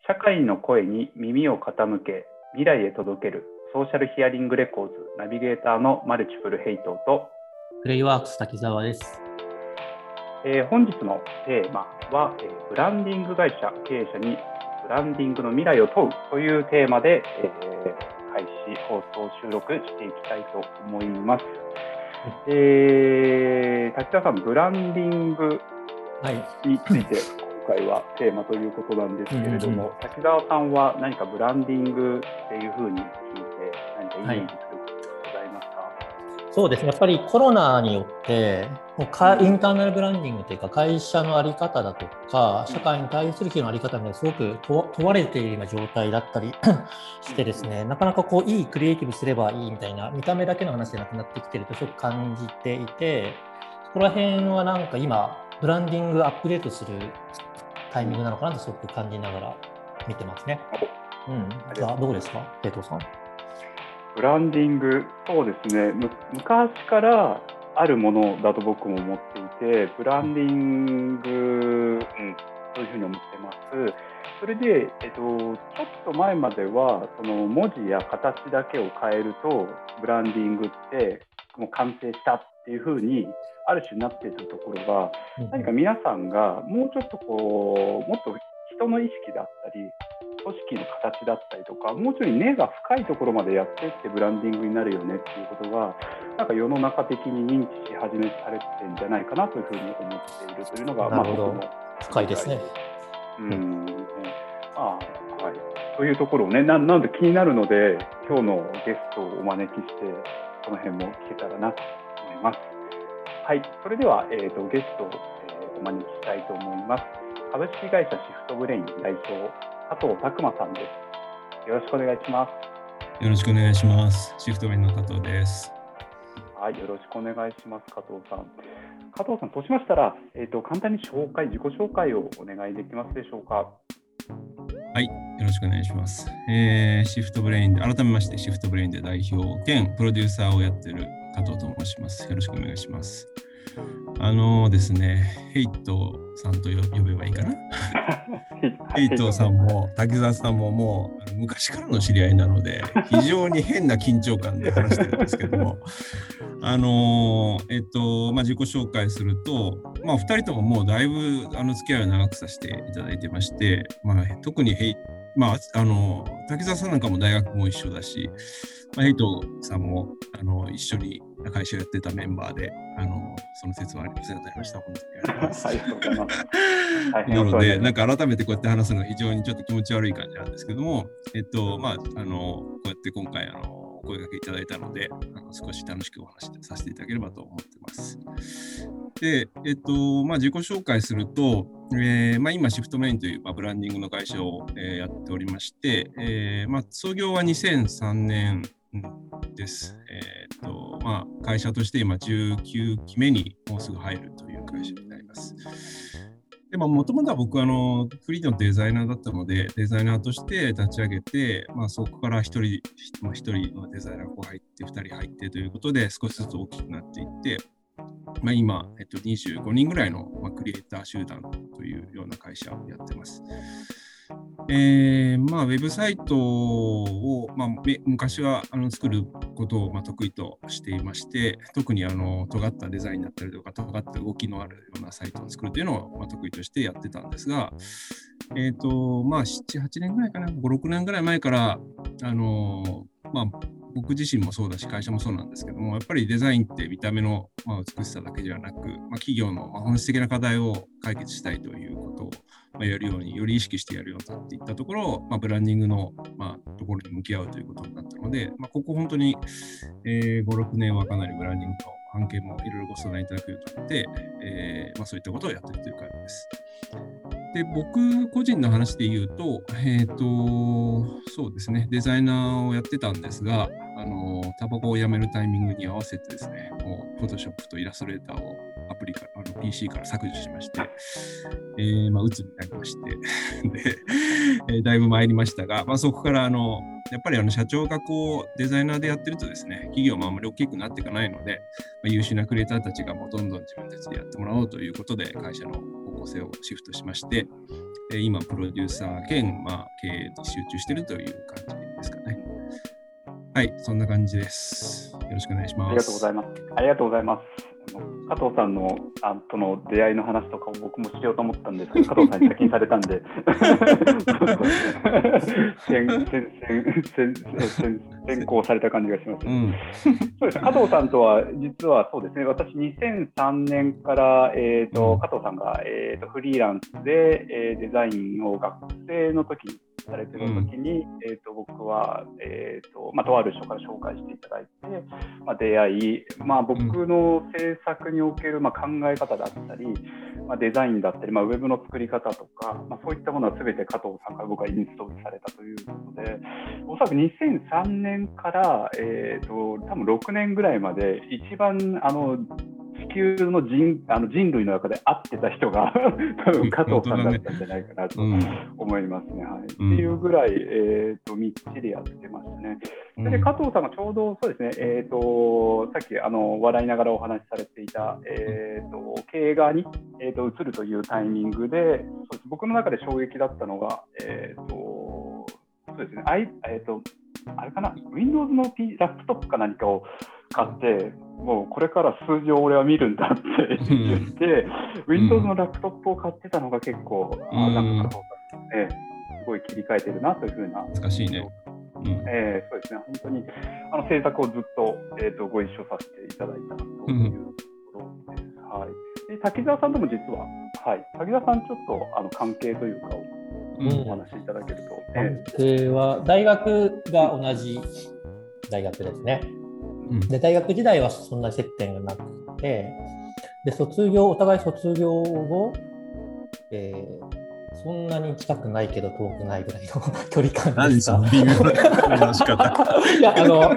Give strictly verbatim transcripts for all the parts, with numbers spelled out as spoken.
社会の声に耳を傾け、未来へ届けるソーシャルヒアリングレコーズナビゲーターのマルチプルヘイトとプレイワークス滝沢です。 えー、本日のテーマは、えー、ブランディング会社経営者にブランディングの未来を問うというテーマで、えー、開始放送収録していきたいと思います。うんえー、滝沢さん、ブランディングについて、はい今回はテーマということなんですけれども、うんうん、滝沢さんは何かブランディングっていうふうに聞いて何かイメージすることございますか？はい、 そうですね、やっぱりコロナによってもうかインターナルブランディングというか会社の在り方だとか社会に対する企業の在り方がすごく問われているような状態だったりしてですね、なかなかこういいクリエイティブすればいいみたいな見た目だけの話じゃなくなってきているとすごく感じていて、そこら辺はなんか今ブランディングアップデートするタイミングなのかなとすごく感じながら見てますね。うん、じゃあどうですか、平藤さん。 ブランディング、そうですね、む昔からあるものだと僕も思っていて、ブランディング、うん、そういうふうに思ってます。それで、えっと、ちょっと前まではその文字や形だけを変えるとブランディングってもう完成したっていうふうにある種になっているところが、何か皆さんがもうちょっとこうもっと人の意識だったり組織の形だったりとか、もうちょい根が深いところまでやっていってブランディングになるよねっていうことがなんか世の中的に認知し始めされてるんじゃないかなというふうに思っているというのが、 まあ、僕の深いですね。 うん、ねあはい、というところをねな、なので気になるので今日のゲストをお招きしてその辺も聞けたらなと思います。はい、それでは、えーと、ゲストを、えー、お招きしたいと思います。株式会社シフトブレイン代表加藤拓磨さんです。よろしくお願いします。 よろしくお願いします。シフトブレインの加藤です。 はい、よろしくお願いします。加藤さん。加藤さんとしましたら、えーと、簡単に紹介、自己紹介をお願いできますでしょうか。 はい、よろしくお願いします。えー、シフトブレインで、改めましてシフトブレインで代表兼プロデューサーをやっている加藤と申します。よろしくお願いします。あのですね、ヘイトさんと呼べばいいかな。ヘイトさんも滝沢さんももう昔からの知り合いなので非常に変な緊張感で話してるんですけどもあのえっとまあ自己紹介すると、まあふたりとももうだいぶあの付き合いを長くさせていただいてまして、まあ特にヘイまああの滝沢さんなんかも大学も一緒だし、まあ、ヘイトさんもあの一緒に会社をやってたメンバーで、あのその説はお世話になりました。本当にありがとうございます。 ありがとうございます。 なので、なんか改めてこうやって話すのが非常にちょっと気持ち悪い感じなんですけども、えっと、まあ、あの、こうやって今回、あの、お声掛けいただいたので、あの少し楽しくお話しさせていただければと思ってます。で、えっと、まあ、自己紹介すると、えーまあ、今、シフトブレインという、まあ、ブランディングの会社を、えー、やっておりまして、えーまあ、創業はにせんさんねんです。えーとまあ、会社として今じゅうきゅうきめにもうすぐ入るという会社になります。でもともとは僕はあのフリーのデザイナーだったので、デザイナーとして立ち上げて、まあ、そこから一人、まあ、一人のデザイナーが入って、二人入ってということで少しずつ大きくなっていって、まあ、今、えっと、にじゅうごにんぐらいの、まあ、クリエイター集団というような会社をやってます。えーまあ、ウェブサイトを、まあ、昔はあの作ることをまあ得意としていまして、特にあの尖ったデザインだったりとか、尖った動きのあるようなサイトを作るというのをまあ得意としてやってたんですが、えーとまあ、なな、はちねんぐらいかな、ご、ろくねんぐらい前から、あのまあ、僕自身もそうだし、会社もそうなんですけども、やっぱりデザインって見た目のまあ美しさだけではなく、まあ、企業のまあ本質的な課題を解決したいということをまあやるように、より意識してやるようになっていったところ、まあ、ブランディングのまあところに向き合うということになったので、まあ、ここ本当に、えー、ご、ろくねんはかなりブランディングの関係もいろいろご相談いただくようになって、えーまあ、そういったことをやっているという感じです。で、僕個人の話で言うと、えっと、そうですね、デザイナーをやってたんですが、あの、タバコをやめるタイミングに合わせてですね、もう、フォトショップとイラストレーターをアプリから、あの ピーシー から削除しまして、えー、まあ、鬱になりまして、で、えー、だいぶ参りましたが、まあ、そこから、あの、やっぱりあの社長がこうデザイナーでやってるとですね、企業もあんまり大きくなっていかないので、まあ、優秀なクリエイターたちがもうどんどん自分たちでやってもらおうということで会社の方向向性をシフトしまして、えー、今プロデューサー兼、まあ、経営に集中しているという感じですかね。はい、そんな感じです。よろしくお願いします。 ありがとうございます。ありがとうございます。加藤さんのあとの出会いの話とかを僕もしようと思ったんですけど、加藤さんに先にされたんで先, 先, 先, 先行された感じがします、うん、そうですね。加藤さんとは実はそうですね、私にせんさんねんから、えーと、加藤さんが、えーと、フリーランスで、えー、デザインを学生の時にされている時に、うん、えーと、僕は、えーとまあ、とある人から紹介していただいて、まあ、出会い、まあ、僕の制作における、まあ、考え方だったり、まあ、デザインだったり、まあ、ウェブの作り方とか、まあ、そういったものは全て加藤さんから僕はインストールされたということで、おそらくにせんさんねんから、えーと、多分ろくねんぐらいまで一番あの地球の 人, あの人類の中で会ってた人が多分加藤さんだったんじゃないかなと思いますね。はい、っていうぐらい、えー、とみっちりやってましたね。それで加藤さんがちょうどそうですね、えー、とさっきあの笑いながらお話しされていた、えー、と経営側に、えー、と移るというタイミングで、そうです、僕の中で衝撃だったのが、えー、とそうですね、あい、えー、とあれかな、Windows の、P、ラップトップか何かを買って、もうこれから数字を俺は見るんだって言って、うん、Windows のラップトップを買ってたのが結構、うん、あなんか加藤さんね、すごい切り替えてるなというふうな。 難しいね。 うんえー、そうですね、本当にあの制作をずっと、えー、とご一緒させていただいたというところです。うんはい、で滝沢さんとも実は、はい、滝沢さんちょっとあの関係というかをお話しいただけると。 関係は大学が同じ大学ですね。うん、で大学時代はそんな接点がなくて、で卒業お互い卒業後、えーそんなに近くないけど遠くないぐらいの距離感ですか。 何その微妙な話し方。 いやあのウ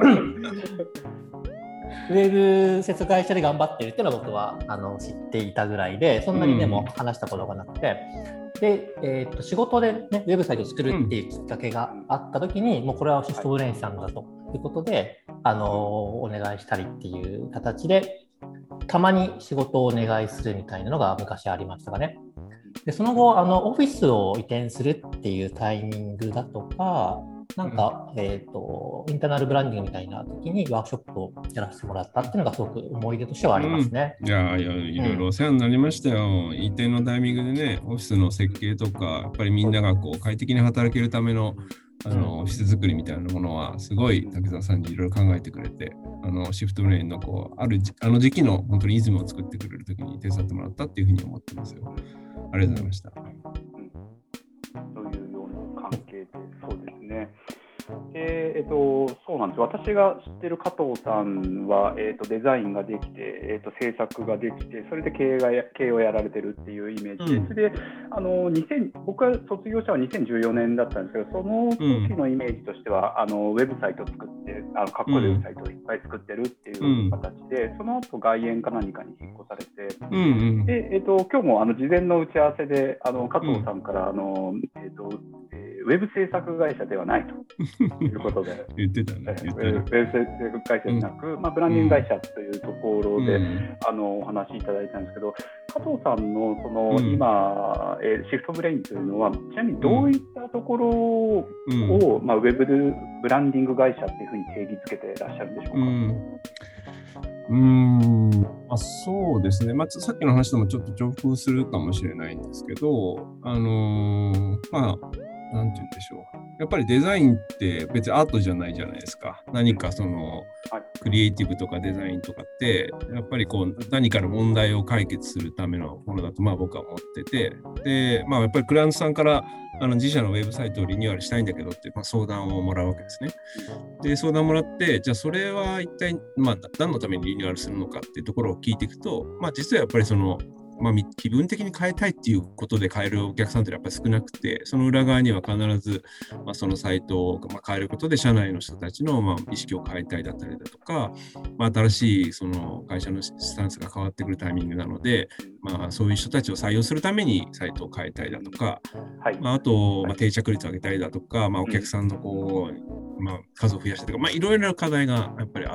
ェブ接会社で頑張ってるっていうのは僕はあの知っていたぐらいで、そんなにでも話したことがなくて、うん、で、えー、と仕事で、ね、ウェブサイトを作るっていうきっかけがあった時に、うん、もうこれはシフトブレインさんだということで、あのお願いしたりっていう形でたまに仕事をお願いするみたいなのが昔ありましたかね。でその後あのオフィスを移転するっていうタイミングだとか、なんか、うんえー、とインターナルブランディングみたいな時にワークショップをやらせてもらったっていうのがすごく思い出としてはありますね。 うん、いやいやいろいろお世話になりましたよ、うん、移転のタイミングでね、オフィスの設計とかやっぱりみんながこう快適に働けるためのあのオフィス作りみたいなものはすごい滝沢さんにいろいろ考えてくれて、あのシフトブレインのこうあるあの時期の本当にイズムを作ってくれる時に手伝ってもらったっていうふうに思ってますよ。ありがとうございました。 うん、というような関係で、そうですね。でえっと、そうなんです。私が知ってる加藤さんは、えっと、デザインができて、えっと、制作ができて、それで経営が経営をやられてるっていうイメージで、うん、それであのにせん僕が卒業したのはにせんじゅうよねんだったんですけど、その時のイメージとしては、うん、あのウェブサイトを作ってあのかっこいいウェブサイトをいっぱい作ってるっていう形で、うん、その後外苑か何かに引っ越されて、うんうん、でえっと、今日もあの事前の打ち合わせであの加藤さんからあの、えっとウェブ制作会社ではないということで言ってたね。言ってたね。 ウェブ制作会社でなく、うんまあ、ブランディング会社というところで、うん、あのお話しいただいたんですけど、加藤さんの、その、うん、今、えー、シフトブレインというのはちなみにどういったところを、うんまあ、ウェブブランディング会社っていうふうに定義づけていらっしゃるんでしょうか。うんうーんまあ、そうですね、まあ、さっきの話ともちょっと重複するかもしれないんですけど、あのー、まあなんて言うんでしょう。やっぱりデザインって別にアートじゃないじゃないですか。何かそのクリエイティブとかデザインとかってやっぱりこう何かの問題を解決するためのものだとまあ僕は思ってて、でまあやっぱりクライアントさんからあの自社のウェブサイトをリニューアルしたいんだけどって、まあ、相談をもらうわけですね。で相談もらってじゃあそれは一体まあ何のためにリニューアルするのかっていうところを聞いていくと、まあ実はやっぱりそのまあ、気分的に変えたいっていうことで変えるお客さんってやっぱり少なくて、その裏側には必ず、まあ、そのサイトを変えることで社内の人たちのまあ意識を変えたいだったりだとか、まあ、新しいその会社のスタンスが変わってくるタイミングなので、まあ、そういう人たちを採用するためにサイトを変えたいだとか、はいまあ、あと、まあ、定着率を上げたいだとか、まあ、お客さんのこう、まあ、数を増やしたりとか、まあ、いろいろな課題がやっぱりあっ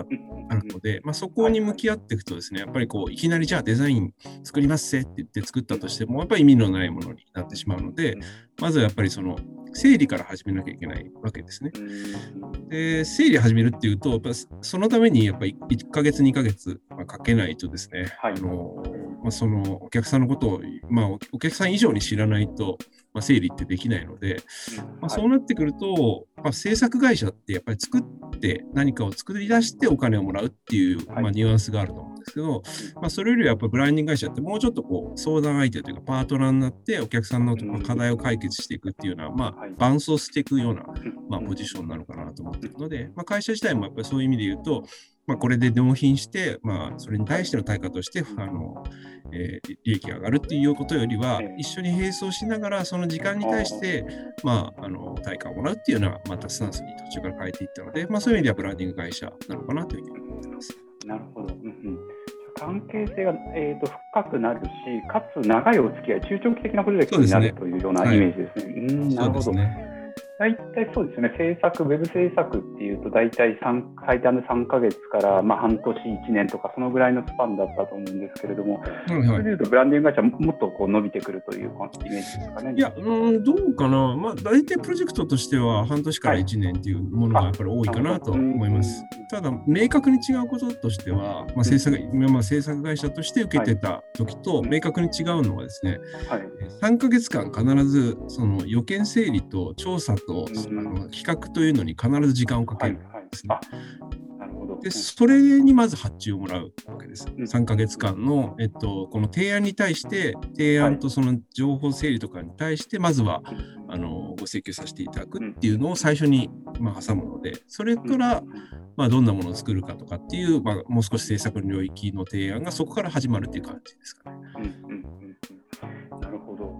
あるので、まあ、そこに向き合っていくとですね、やっぱりこういきなりじゃあデザイン作りますぜって言って作ったとしてもやっぱり意味のないものになってしまうので、まずはやっぱりその整理から始めなきゃいけないわけですね。で、整理始めるっていうと、やっぱそのためにやっぱりいっかげつにかげつかけないとですね、はい、あのまあ、そのお客さんのことを、まあ、お客さん以上に知らないと、まあ、整理ってできないので、まあ、そうなってくると、まあ、制作会社ってやっぱり作って何かを作り出してお金をもらうっていう、まあ、ニュアンスがあると思うんですけど、まあ、それよりはやっぱりブランディング会社ってもうちょっとこう相談相手というかパートナーになってお客さんの課題を解決していくっていうような、まあ、伴走していくような、まあ、ポジションなのかなと思っているので、まあ、会社自体もやっぱりそういう意味で言うと、まあ、これで納品して、まあ、それに対しての対価としてあの、えー、利益が上がるっていうことよりは、一緒に並走しながらその時間に対して、まあ、あの対価をもらうっていうようなまたスタンスに途中から変えていったので、まあ、そういう意味ではブランディング会社なのかなというふうに思っています。 なるほど、うんうん、関係性が、えー、と深くなるし、かつ長いお付き合い、中長期的なプロジェクトになるというようなイメージですね。うん、なるほど。大体そうですね、制作、ウェブ制作っていうと、大体最短でさんかげつから、まあ、半年、いちねんとか、そのぐらいのスパンだったと思うんですけれども、はいはい、それでいうと、ブランディング会社はもっとこう伸びてくるというイメージですかね。 いや、うん、どうかな、まあ、大体プロジェクトとしては、半年からいちねんっていうものがやっぱり多いかなと思います。はい、ただ、明確に違うこととしては、まあ、制作今まあ制作会社として受けてた時と明確に違うのはですね、はい、さんかげつかん必ずその予見整理と調査と、うん、あの企画というのに必ず時間をかけるんですね。はいはい、なるほど。で、それにまず発注をもらうわけです。うん、さんかげつかんの、えっと、この提案に対して、提案とその情報整理とかに対して、まずは、はい、あのご請求させていただくっていうのを最初に、まあ、挟むので、それから、まあ、どんなものを作るかとかっていう、まあ、もう少し制作の領域の提案がそこから始まるっていう感じですかね。うんうんうん、なるほど。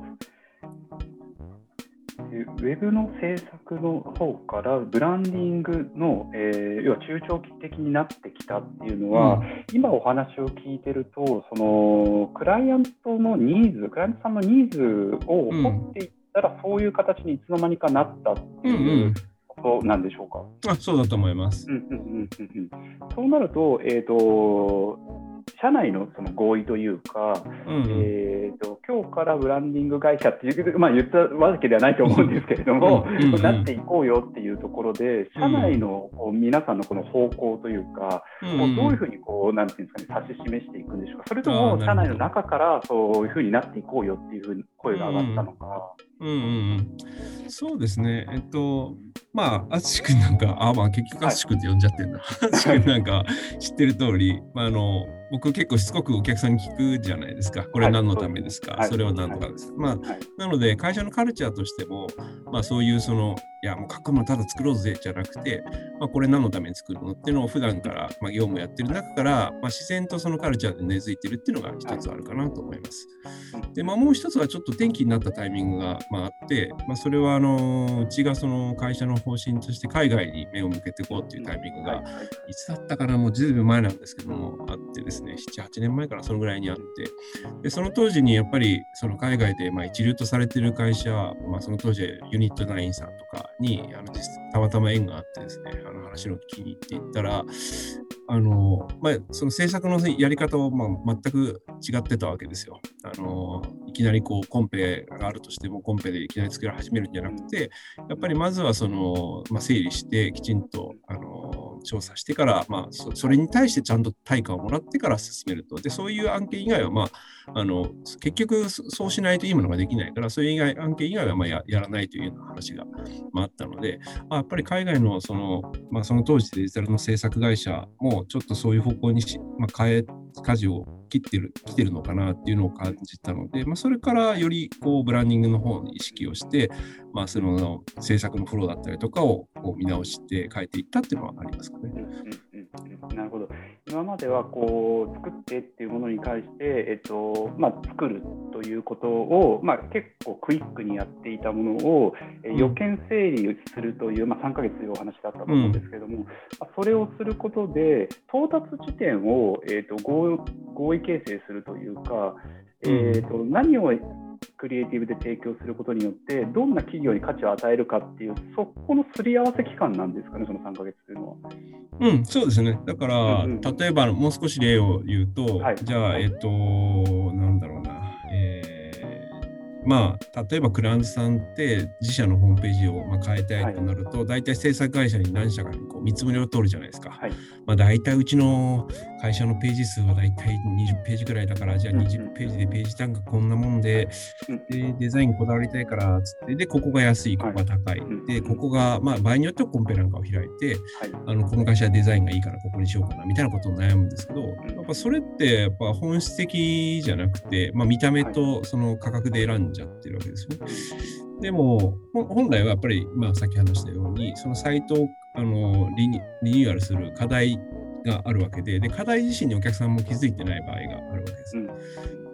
ウェブの制作の方からブランディングの、えー、要は中長期的になってきたっていうのは、うん、今お話を聞いてると、そのクライアントのニーズ、クライアントさんのニーズを掘っていったら、うん、そういう形にいつの間にかなったっていうことなんでしょうか。 うんうん、あ、そうだと思います。 うんうんうんうん、そうなると、えーと社内のその合意というか、うんうん、えーと、今日からブランディング会社っていう、まあ、言ったわけではないと思うんですけれども、うんうんうん、なっていこうよっていうところで、社内のこう皆さんのこの方向というか、うんうん、どういうふうにこうなんていうんですかね、指し示していくんでしょうか。それとも社内の中からそういうふうになっていこうよっていうふうに声が上がったのか。 うんうんうん、そうですね。えっと、まあ、淳君なんか、あ、まあ、結局淳君って呼んじゃってんだ。淳君なんか知ってる通り、まあ、あの、僕結構しつこくお客さんに聞くじゃないですか。これ何のためですか、はい、それは何とかです。はい、まあ、はい、なので、会社のカルチャーとしても、まあ、そういうその、いや、もう書くものただ作ろうぜじゃなくて、まあ、これ何のために作るのっていうのを普段から、まあ、業務やってる中から、まあ、自然とそのカルチャーで根付いてるっていうのが一つあるかなと思います。で、まあ、もう一つはちょっと転機になったタイミングが、まあ、あって、まあ、それはあのうちがその会社の方針として海外に目を向けていこうっていうタイミングがいつだったかな、もうずいぶん前なんですけどもあってですね、なな、はちねんまえからそのぐらいにあって、でその当時にやっぱりその海外でまあ一流とされている会社、まあ、その当時ユニットナインさんとかにあのたまたま縁があってですね、あの話を聞きに行っていったら、あのまあ、その制作のやり方はまあ全く違ってたわけですよ。あのいきなりこうコンペがあるとしてもコンペでいきなり作り始めるんじゃなくて、やっぱりまずはその、まあ、整理してきちんとあの調査してから、まあ、そ, それに対してちゃんと対価をもらってから進めると。でそういう案件以外は、まあ、あの結局そうしないといいものができないから、そういう以外案件以外はまあ や, やらないというような話が、まあ、あったので、あやっぱり海外のその、まあ、その当時デジタルの制作会社もちょっとそういう方向にし、まあ、変え舵を切ってる来てるのかなっていうのを感じたので、まあ、それからよりこうブランディングの方に意識をして、まあ、その制作のフローだったりとかをこう見直して変えていったっていうのはありますかね。うんうんうん、なるほど。今まではこう作ってっていうものに関して、えっとまあ、作るということを、まあ、結構クイックにやっていたものを、うん、予見整理するという、まあ、さんかげつというお話だったと思うんですけれども、うん、それをすることで到達地点を、えっと、合, 合意形成するというか、えーと、何をクリエイティブで提供することによってどんな企業に価値を与えるかっていう、そこのすり合わせ期間なんですかね、そのさんかげつというのは。 うん、そうですね。だから、うんうん、例えばもう少し例を言うと、はい、じゃあ、えっと、なんだろうな、えーまあ、例えばクライアントさんって自社のホームページをまあ変えたいとなると、はい、大体制作会社に何社かにこう見積もりを取るじゃないですか。はい、まあ、大体うちの会社のページ数は大体にじゅっページぐらいだから、じゃあにじゅっページでページ単価こんなもんで、でデザインこだわりたいからつって、で、ここが安い、ここが高い。で、ここが、まあ、場合によってはコンペなんかを開いて、はい、あのこの会社はデザインがいいからここにしようかなみたいなことを悩むんですけど、やっぱそれってやっぱ本質的じゃなくて、まあ、見た目とその価格で選んじゃってるわけですよね。でも本来はやっぱり、まあ、さっき話したようにそのサイトをあのリニ、リニューアルする課題があるわけで、で課題自身にお客さんも気づいてない場合があるわけです。うん、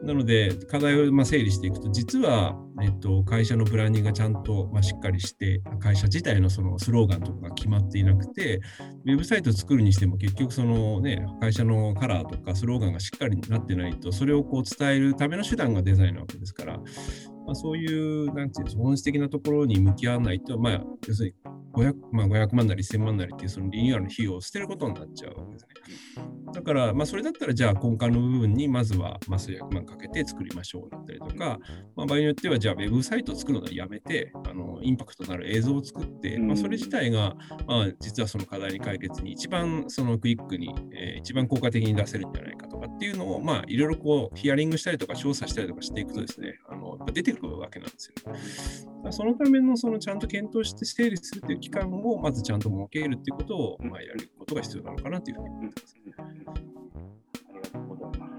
なので課題をまあ整理していくと、実は、えっと、会社のブランディングがちゃんとまあしっかりして、会社自体のそのスローガンとかが決まっていなくて、ウェブサイトを作るにしても結局その、ね、会社のカラーとかスローガンがしっかりなってないと、それをこう伝えるための手段がデザインなわけですから、まあ、そういう、なんていうんですか、本質的なところに向き合わないと、まあ、要するにごひゃく、まあ、ごひゃくまんなりせんまんなりっていうそのリニューアルの費用を捨てることになっちゃうわけですね。だから、まあ、それだったら、じゃあ根幹の部分にまずは、まあ、数百万かけて作りましょうだったりとか、まあ、場合によっては、じゃあウェブサイトを作るのはやめて、あのインパクトのある映像を作って、まあ、それ自体が、まあ、実はその課題に解決に一番そのクイックに、えー、一番効果的に出せるんじゃないかとかっていうのを、まあ、いろいろこうヒアリングしたりとか調査したりとかしていくとですね、あの出てくるわけなんですよ。そのためのそのちゃんと検討して整理するという期間をまずちゃんと設けるということを、まあ、やることが必要なのかなというふうに思ってますね。 ありがとうございます。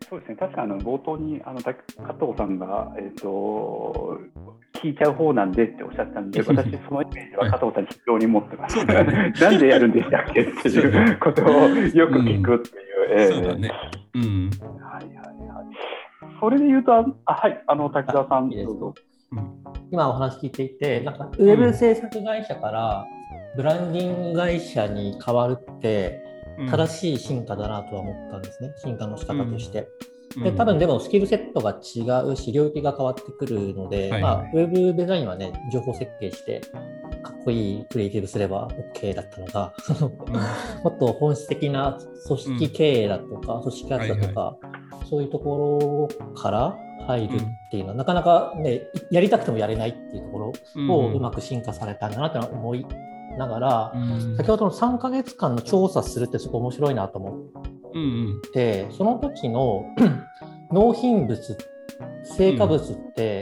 そうですね、確かあの冒頭にあの加藤さんが、えーと、聞いちゃう方なんでっておっしゃったんで、私そのイメージは加藤さんに非常に持ってます。はい、なんでやるんでしたっけっていうことをよく聞くっていう。 そうだね。うん。 はいはいはい。それで言うと、あ、はい、あの滝沢さんどうぞ。 今お話聞いていて、なんかウェブ制作会社からブランディング会社に変わるって正しい進化だなとは思ったんですね、進化の仕方として。で多分でもスキルセットが違うし領域が変わってくるので、はいはい、まあ、ウェブデザインはね情報設計してかっこいいクリエイティブすれば OK だったのが、うん、もっと本質的な組織経営だとか、うん、組織活動だとか、はいはい、そういうところから入るっていうのは、うん、なかなかねやりたくてもやれないっていうところをうまく進化されたんだなと思いながら、うん、先ほどのさんかげつかんの調査するってすごく面白いなと思って、うんうん、その時の納品物成果物って、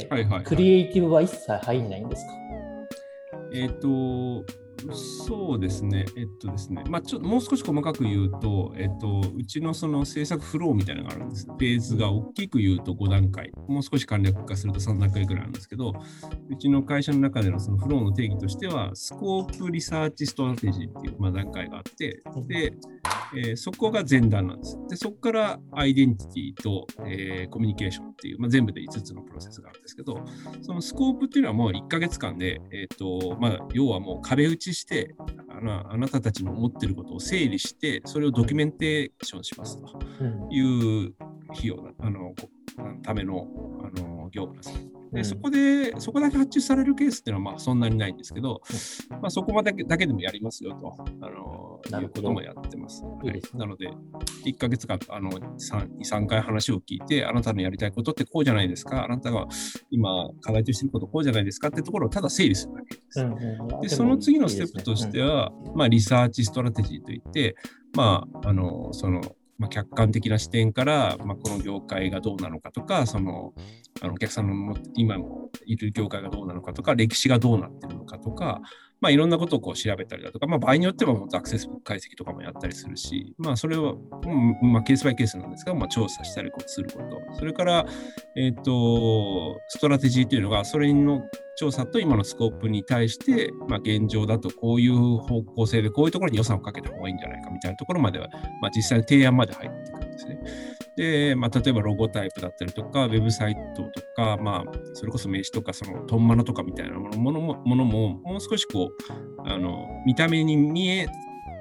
うんはいはいはい、クリエイティブは一切入んないんですか？ えっとそうですね、えっとですね、まあ、ちょっともう少し細かく言うと、えっと、うちのその制作フローみたいなのがあるんです。フェーズが大きく言うとごだんかい、もう少し簡略化するとさんだんかいぐらいあるんですけど、うちの会社の中でのそのフローの定義としては、スコープリサーチストラテジーっていう、まあ、段階があって、で、えー、そこが前段なんです。で、そこからアイデンティティと、えー、コミュニケーションっていう、まあ、全部でいつつのプロセスがあるんですけど、そのスコープっていうのはもういっかげつかんで、えーとまあ、要はもう壁打ちしてあの、あなたたちの思っていることを整理して、それをドキュメンテーションしますという費用な、あのための、あの業務です。で、そこで、そこだけ発注されるケースっていうのはまあそんなにないんですけど、まあ、そこまでだけでもやりますよと、あのいうこともやってます。はい、なので、いっかげつかんあのに、さんかい話を聞いて、あなたのやりたいことってこうじゃないですか、あなたが今課題としていることこうじゃないですかってところをただ整理するだけです。うんうん、で、その次のステップとしては、いいね、うん、まあ、リサーチストラテジーといって、まあ、あのその、まあ、客観的な視点から、まあ、この業界がどうなのかとか、そのあのお客さんの今もいる業界がどうなのかとか、歴史がどうなっているのかとか、まあ、いろんなことをこう調べたりだとか、まあ、場合によってはアクセス解析とかもやったりするし、まあ、それは、うんまあ、ケースバイケースなんですが、まあ、調査したりすること、それから、えーと、ストラテジーというのが、それの調査と今のスコープに対して、まあ、現状だとこういう方向性で、こういうところに予算をかけた方がいいんじゃないかみたいなところまでは、まあ、実際に提案まで入ってくるんですね。で、まあ、例えばロゴタイプだったりとか、ウェブサイトとか、まあ、それこそ名刺とか、そのトンマナとかみたいなものも、ものももう少しこう、あの見た目に見え、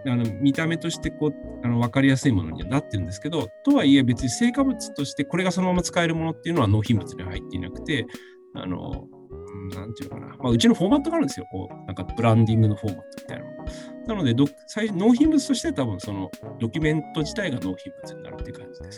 あの見た目としてこうあの分かりやすいものにはなってるんですけど、とはいえ別に成果物としてこれがそのまま使えるものっていうのは納品物に入っていなくて、あのなんていうのかな、まあ、うちのフォーマットがあるんですよ。こうなんかブランディングのフォーマットみたいなの。なのでど最納品物として多分そのドキュメント自体が納品物になるっていう感じです。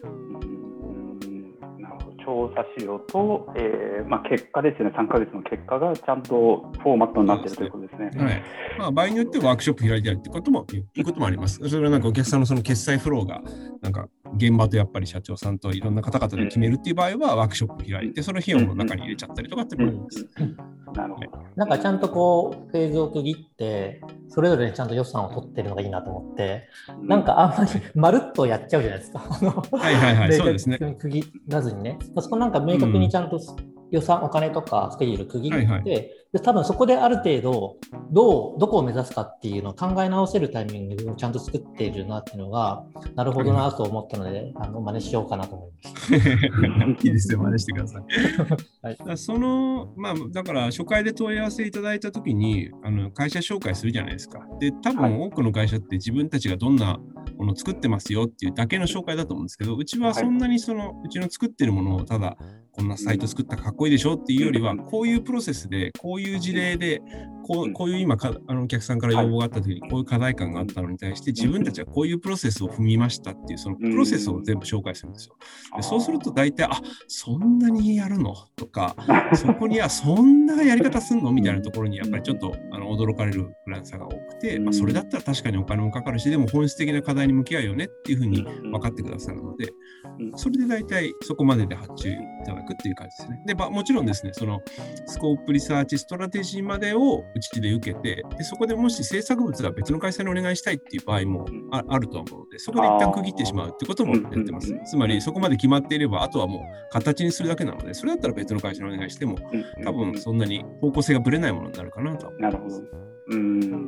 調査資料と、えーまあ、結果ですね、さんかげつの結果がちゃんとフォーマットになっているということですね。 はい。まあ、場合によってはワークショップ開いてあるってことも、いうこともあります。それはなんかお客さんのその決済フローが、なんか現場とやっぱり社長さんといろんな方々で決めるっていう場合は、ワークショップ開いて、その費用の中に入れちゃったりとかってもあります。 なるほど。 なんかちゃんとこう、フェーズを区切って、それぞれちゃんと予算を取ってるのがいいなと思って、なんかあんまりまるっとやっちゃうじゃないですか。 はいはいはい、そうですね。 区切らずにね。そこなんか明確にちゃんと予算、お金とかスケジュール区切って、はいはい、で多分そこである程度どうどこを目指すかっていうのを考え直せるタイミングをちゃんと作っているなっていうのがなるほどなと思ったので、あの真似しようかなと思います。 いいですよ、真似してください。はい、だそのまあだから初回で問い合わせいただいたときにあの会社紹介するじゃないですか。で多分多くの会社って自分たちがどんなものを作ってますよっていうだけの紹介だと思うんですけど、うちはそんなにその、はい、うちの作ってるものをただこんなサイト作ったらかっこいいでしょっていうよりは、こういうプロセスでこういう事例でこう、こういう今かあのお客さんから要望があった時にこういう課題感があったのに対して自分たちはこういうプロセスを踏みましたっていうそのプロセスを全部紹介するんですよ。でそうすると大体あそんなにやるのとかそこにはそんなやり方すんのみたいなところにやっぱりちょっとあの驚かれるフランサーが多くて、まあ、それだったら確かにお金もかかるしでも本質的な課題に向き合うよねっていうふうに分かってくださるのでそれで大体そこまでで発注いただくっていう感じですね。で、まあ、もちろんですねそのスコープリサーチストラテジーまでをうちで受けてでそこでもし制作物が別の会社にお願いしたいっていう場合も あ, あると思うのでそこで一旦区切ってしまうってこともやってます。つまりそこまで決まっていればあとはもう形にするだけなのでそれだったら別の会社にお願いしても多分そんなに方向性がぶれないものになるかなと。 なるほど。うん、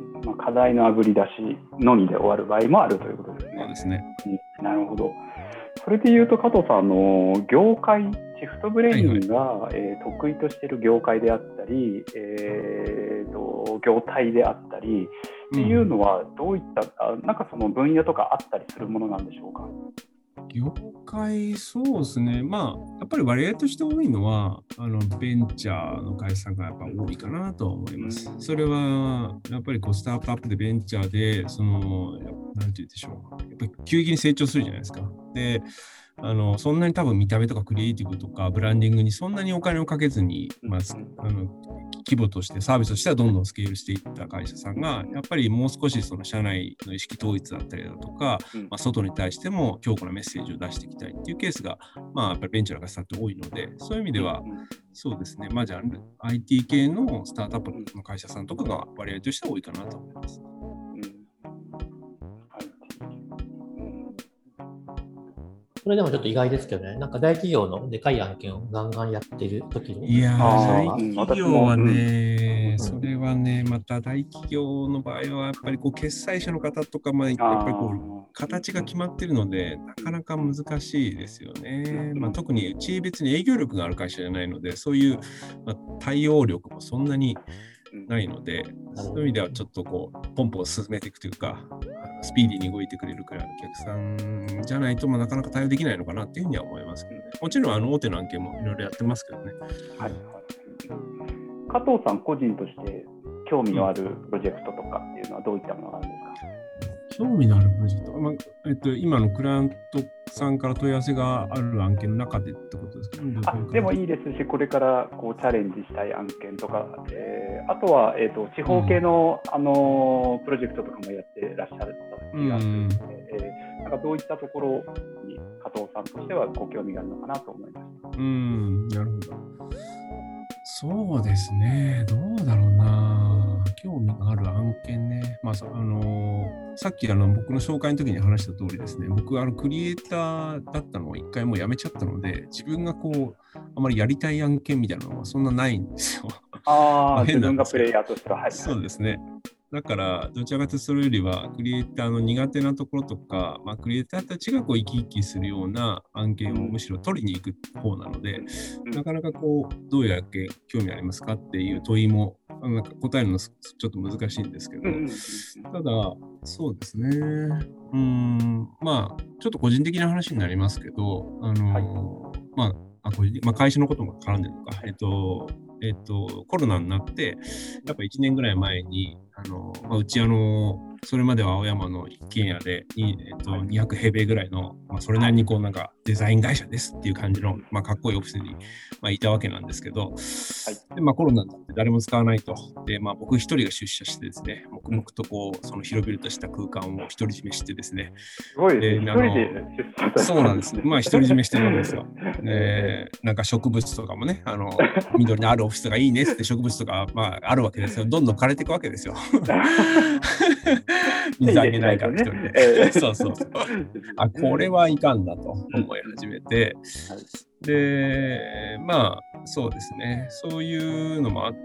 まあ、課題のあぶり出しのみで終わる場合もあるということですね。 そうですね。 うん、なるほど。それでいうと加藤さんの業界シフトブレインが、はいはいえー、得意としている業界であったり、えー、と業態であったりっていうのはどういった、うん、なんかその分野とかあったりするものなんでしょうか。 業界、そうですね、まあ、やっぱり割合として多いのは、あのベンチャーの会社さんがやっぱ多いかなと思います。それはやっぱりこうスタートアップでベンチャーで、その、なんて言うんでしょう、やっぱり急激に成長するじゃないですか。で、あのそんなに多分見た目とかクリエイティブとかブランディングにそんなにお金をかけずに、まあ、あの規模としてサービスとしてはどんどんスケールしていった会社さんがやっぱりもう少しその社内の意識統一だったりだとか、まあ、外に対しても強固なメッセージを出していきたいっていうケースが、まあ、やっぱりベンチャーの会社さんって多いのでそういう意味ではそうですね、まあ、じゃあ アイティー 系のスタートアップの会社さんとかが割合としては多いかなと思います。 それでもちょっと意外ですけどね、なんか大企業のでかい案件をガンガンやってるときに。 いやー、大企業はね、うん、それはね、また大企業の場合は、やっぱりこう決済者の方とかまで、やっぱりこう、形が決まってるので、なかなか難しいですよね。まあ、特にうち別に営業力がある会社じゃないので、そういう、まあ、対応力もそんなにないので、そういう意味ではちょっとこう、ポンポン進めていくというか、スピーディーに動いてくれるくらいのお客さんじゃないと、まあ、なかなか対応できないのかなっていうふうには思いますけどね。もちろんあの大手の案件もいろいろやってますけどね。 はい、加藤さん個人として興味のあるプロジェクトとかっていうのはどういったものがあるんですか？ 興味のあるプロジェクト、まあえっと、今のクライアントさんから問い合わせがある案件の中でってことですか？ あでもいいですし、これからこうチャレンジしたい案件とか、えー、あとは、えーと、地方系の、うん、あのプロジェクトとかもやってらっしゃると気がするので、うんえー、なんかどういったところに加藤さんとしてはご興味があるのかなと思いました。 うん、なるほど。そうですね、どうだろうな、興味がある案件ね。まあ、あのさっきあの僕の紹介の時に話した通りですね、僕あのクリエイターだったのを一回もうやめちゃったので、自分がこうあまりやりたい案件みたいなのはそんなないんですよ。 ああ、自分がプレイヤーとしては、はい、 そうですね。だからどちらかというとそれよりはクリエイターの苦手なところとか、まあ、クリエイターたちがこう生き生きするような案件をむしろ取りに行く方なので、うん、なかなかこうどういう案件興味ありますかっていう問いもなんか答えるのちょっと難しいんですけど、うん、ただそうですね。うん、まあ、ちょっと個人的な話になりますけど、あの、はい、まあ、あ個人まあ、会社のことも絡んでるのか、えっと、えっと、コロナになって、やっぱいちねんぐらい前に、あの、まあ、うちあの、それまでは青山の一軒家で、えっと、にひゃくへいべいぐらいの、まあ、それなりにこうなんかデザイン会社ですっていう感じの、まあ、かっこいいオフィスに、まあ、いたわけなんですけど、はい、でまあ、コロナになって誰も使わないと。で、まあ、僕一人が出社してですね、黙々とこう、その広々とした空間を独り占めしてですね。 すごいですね。一人で出社。 そうなんです。まあ、独り占めしてるわけですよ。えー、なんか植物とかもね、あの、緑のあるオフィスがいいねって植物とか、まあ、あるわけですよ。どんどん枯れていくわけですよ。水あげないから一人で。えー、そうそうそう。あ、これはいかんなと思い始めて、で、まあ、そうですね。そういうのもあって、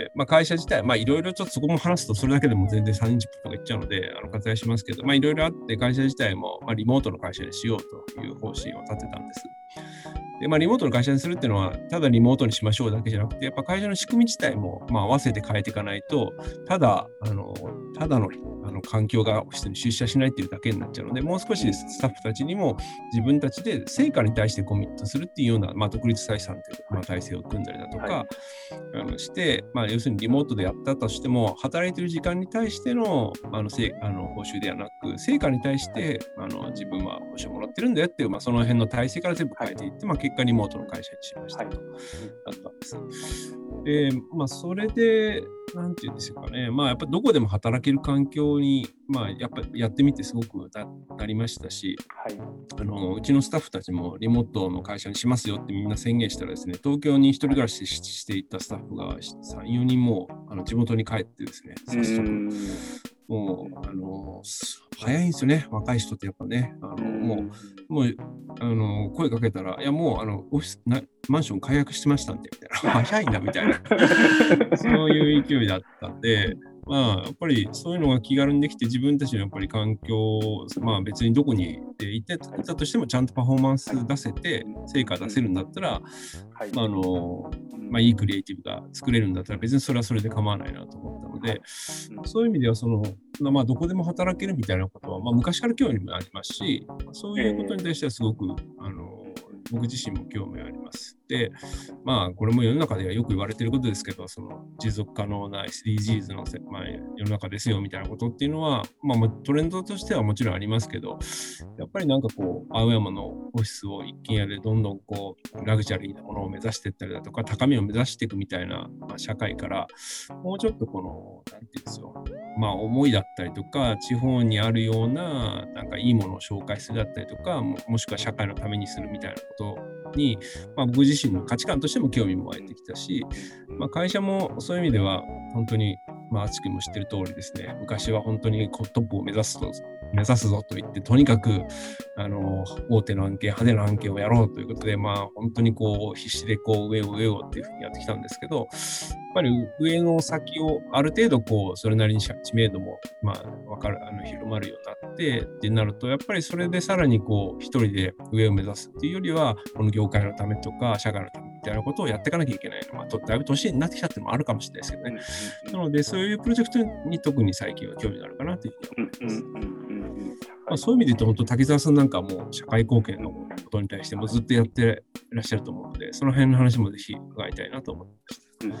まあ、会社自体、まあ、いろいろちょっとそこも話すと、それだけでも全然さんじゅっぷんとかいっちゃうので、あの割愛しますけど、まあ、いろいろあって、会社自体も、まあ、リモートの会社にしようという方針を立てたんです。で、まあ、リモートの会社にするっていうのは、ただリモートにしましょうだけじゃなくて、やっぱ会社の仕組み自体も、まあ、合わせて変えていかないと、ただ、あの、ただの、あの環境がオフィスに出社しないっていうだけになっちゃうので、もう少しスタッフたちにも自分たちで成果に対してコミットするっていうような、まあ、独立採算という、まあ、体制を組んだりだとか、はい、あのして、まあ、要するにリモートでやったとしても、働いている時間に対しての、あのせあの報酬ではなく、成果に対してあの自分は報酬をもらってるんだよっていう、まあ、その辺の体制から全部変えていって、まあ、結果リモートの会社にしましたと、はい、だったんです。で、まあ、それで、なんていうんですかね、まあ、やっぱりどこでも働ける環境に、まあ、やっぱりやってみてすごくなりましたし、はい、あのうちのスタッフたちもリモートの会社にしますよってみんな宣言したらですね、東京に一人暮らししていたスタッフがさん、よにんもあの地元に帰ってですね、早速、もう、あの、早いんですよね、若い人ってやっぱね。あのもう、もうあの声かけたら、いや、もうあのオフィスな、マンション解約してましたんで、みたいな、早いんだみたいな、そういう勢いだったんで、まあ、やっぱりそういうのが気軽にできて、自分たちのやっぱり環境、まあ別にどこにいていたとしても、ちゃんとパフォーマンス出せて、成果出せるんだったら、はいまああのまあ、いいクリエイティブが作れるんだったら、別にそれはそれで構わないなと思ったので、そういう意味ではその、まあ、どこでも働けるみたいなことは、まあ、昔から興味もありますし、そういうことに対してはすごく、あの僕自身も興味あります。で、まあ、これも世の中ではよく言われていることですけど、その持続可能な エスディージーズ の、まあ、世の中ですよみたいなことっていうのは、まあ、トレンドとしてはもちろんありますけど、やっぱりなんかこう、青山のオフィスを一軒家でどんどんこう、ラグジュアリーなものを目指していったりだとか、高みを目指していくみたいな、まあ、社会から、もうちょっとこの、なんていうんですよ、まあ、思いだったりとか、地方にあるような、なんかいいものを紹介するだったりとか、も, もしくは社会のためにするみたいなことに、まあ、僕自身の価値観としても興味も湧いてきたし、まあ、会社もそういう意味では、本当に、まあ、敦貴も知ってる通りですね、昔は本当にトップを目指すと、目指すぞと言って、とにかくあの大手の案件、派手な案件をやろうということで、まあ、本当にこう必死でこう上を上をっていうふうにやってきたんですけど、やっぱり上の先をある程度こうそれなりに知名度もまあ分かるあの広まるようになってってなると、やっぱりそれでさらにこう一人で上を目指すっていうよりは、この業界のためとか社会のためみたいなことをやっていかなきゃいけないのは、まあ、だいぶ年になってきたっていうのもあるかもしれないですけどね。なのでそういうプロジェクトに特に最近は興味があるかなというふうに思います。まあ、そういう意味で言うと、本当滝沢さんなんかも社会貢献のことに対してもずっとやっていらっしゃると思うので、その辺の話もぜひ伺いたいなと思いました。 うんうんうん、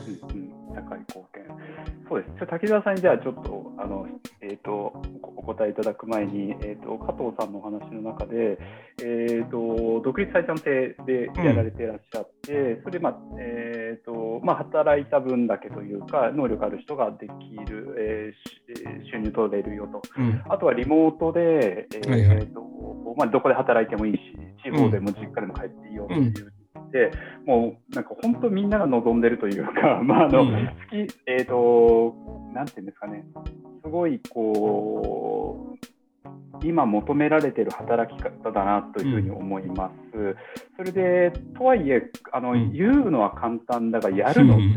社会貢献。そうです。滝沢さんにじゃあちょっとあの、えー、とお答えいただく前に、えー、と加藤さんのお話の中で、えー、と独立採算制でやられていらっしゃって、うん、それで、まあえーとまあ、働いた分だけというか能力ある人ができる、えー、収入取れるよと、うん、あとはリモートで、えーはいはいとまあ、どこで働いてもいいし、地方でも実家でも帰っていいよという、うんでもうなんか本当みんなが望んでるというか、まああの、うん、月えっ、ー、となんていうんですかね、すごいこう今求められている働き方だなというふうに思います。うん、それでとはいえあの、うん、言うのは簡単だがやるのって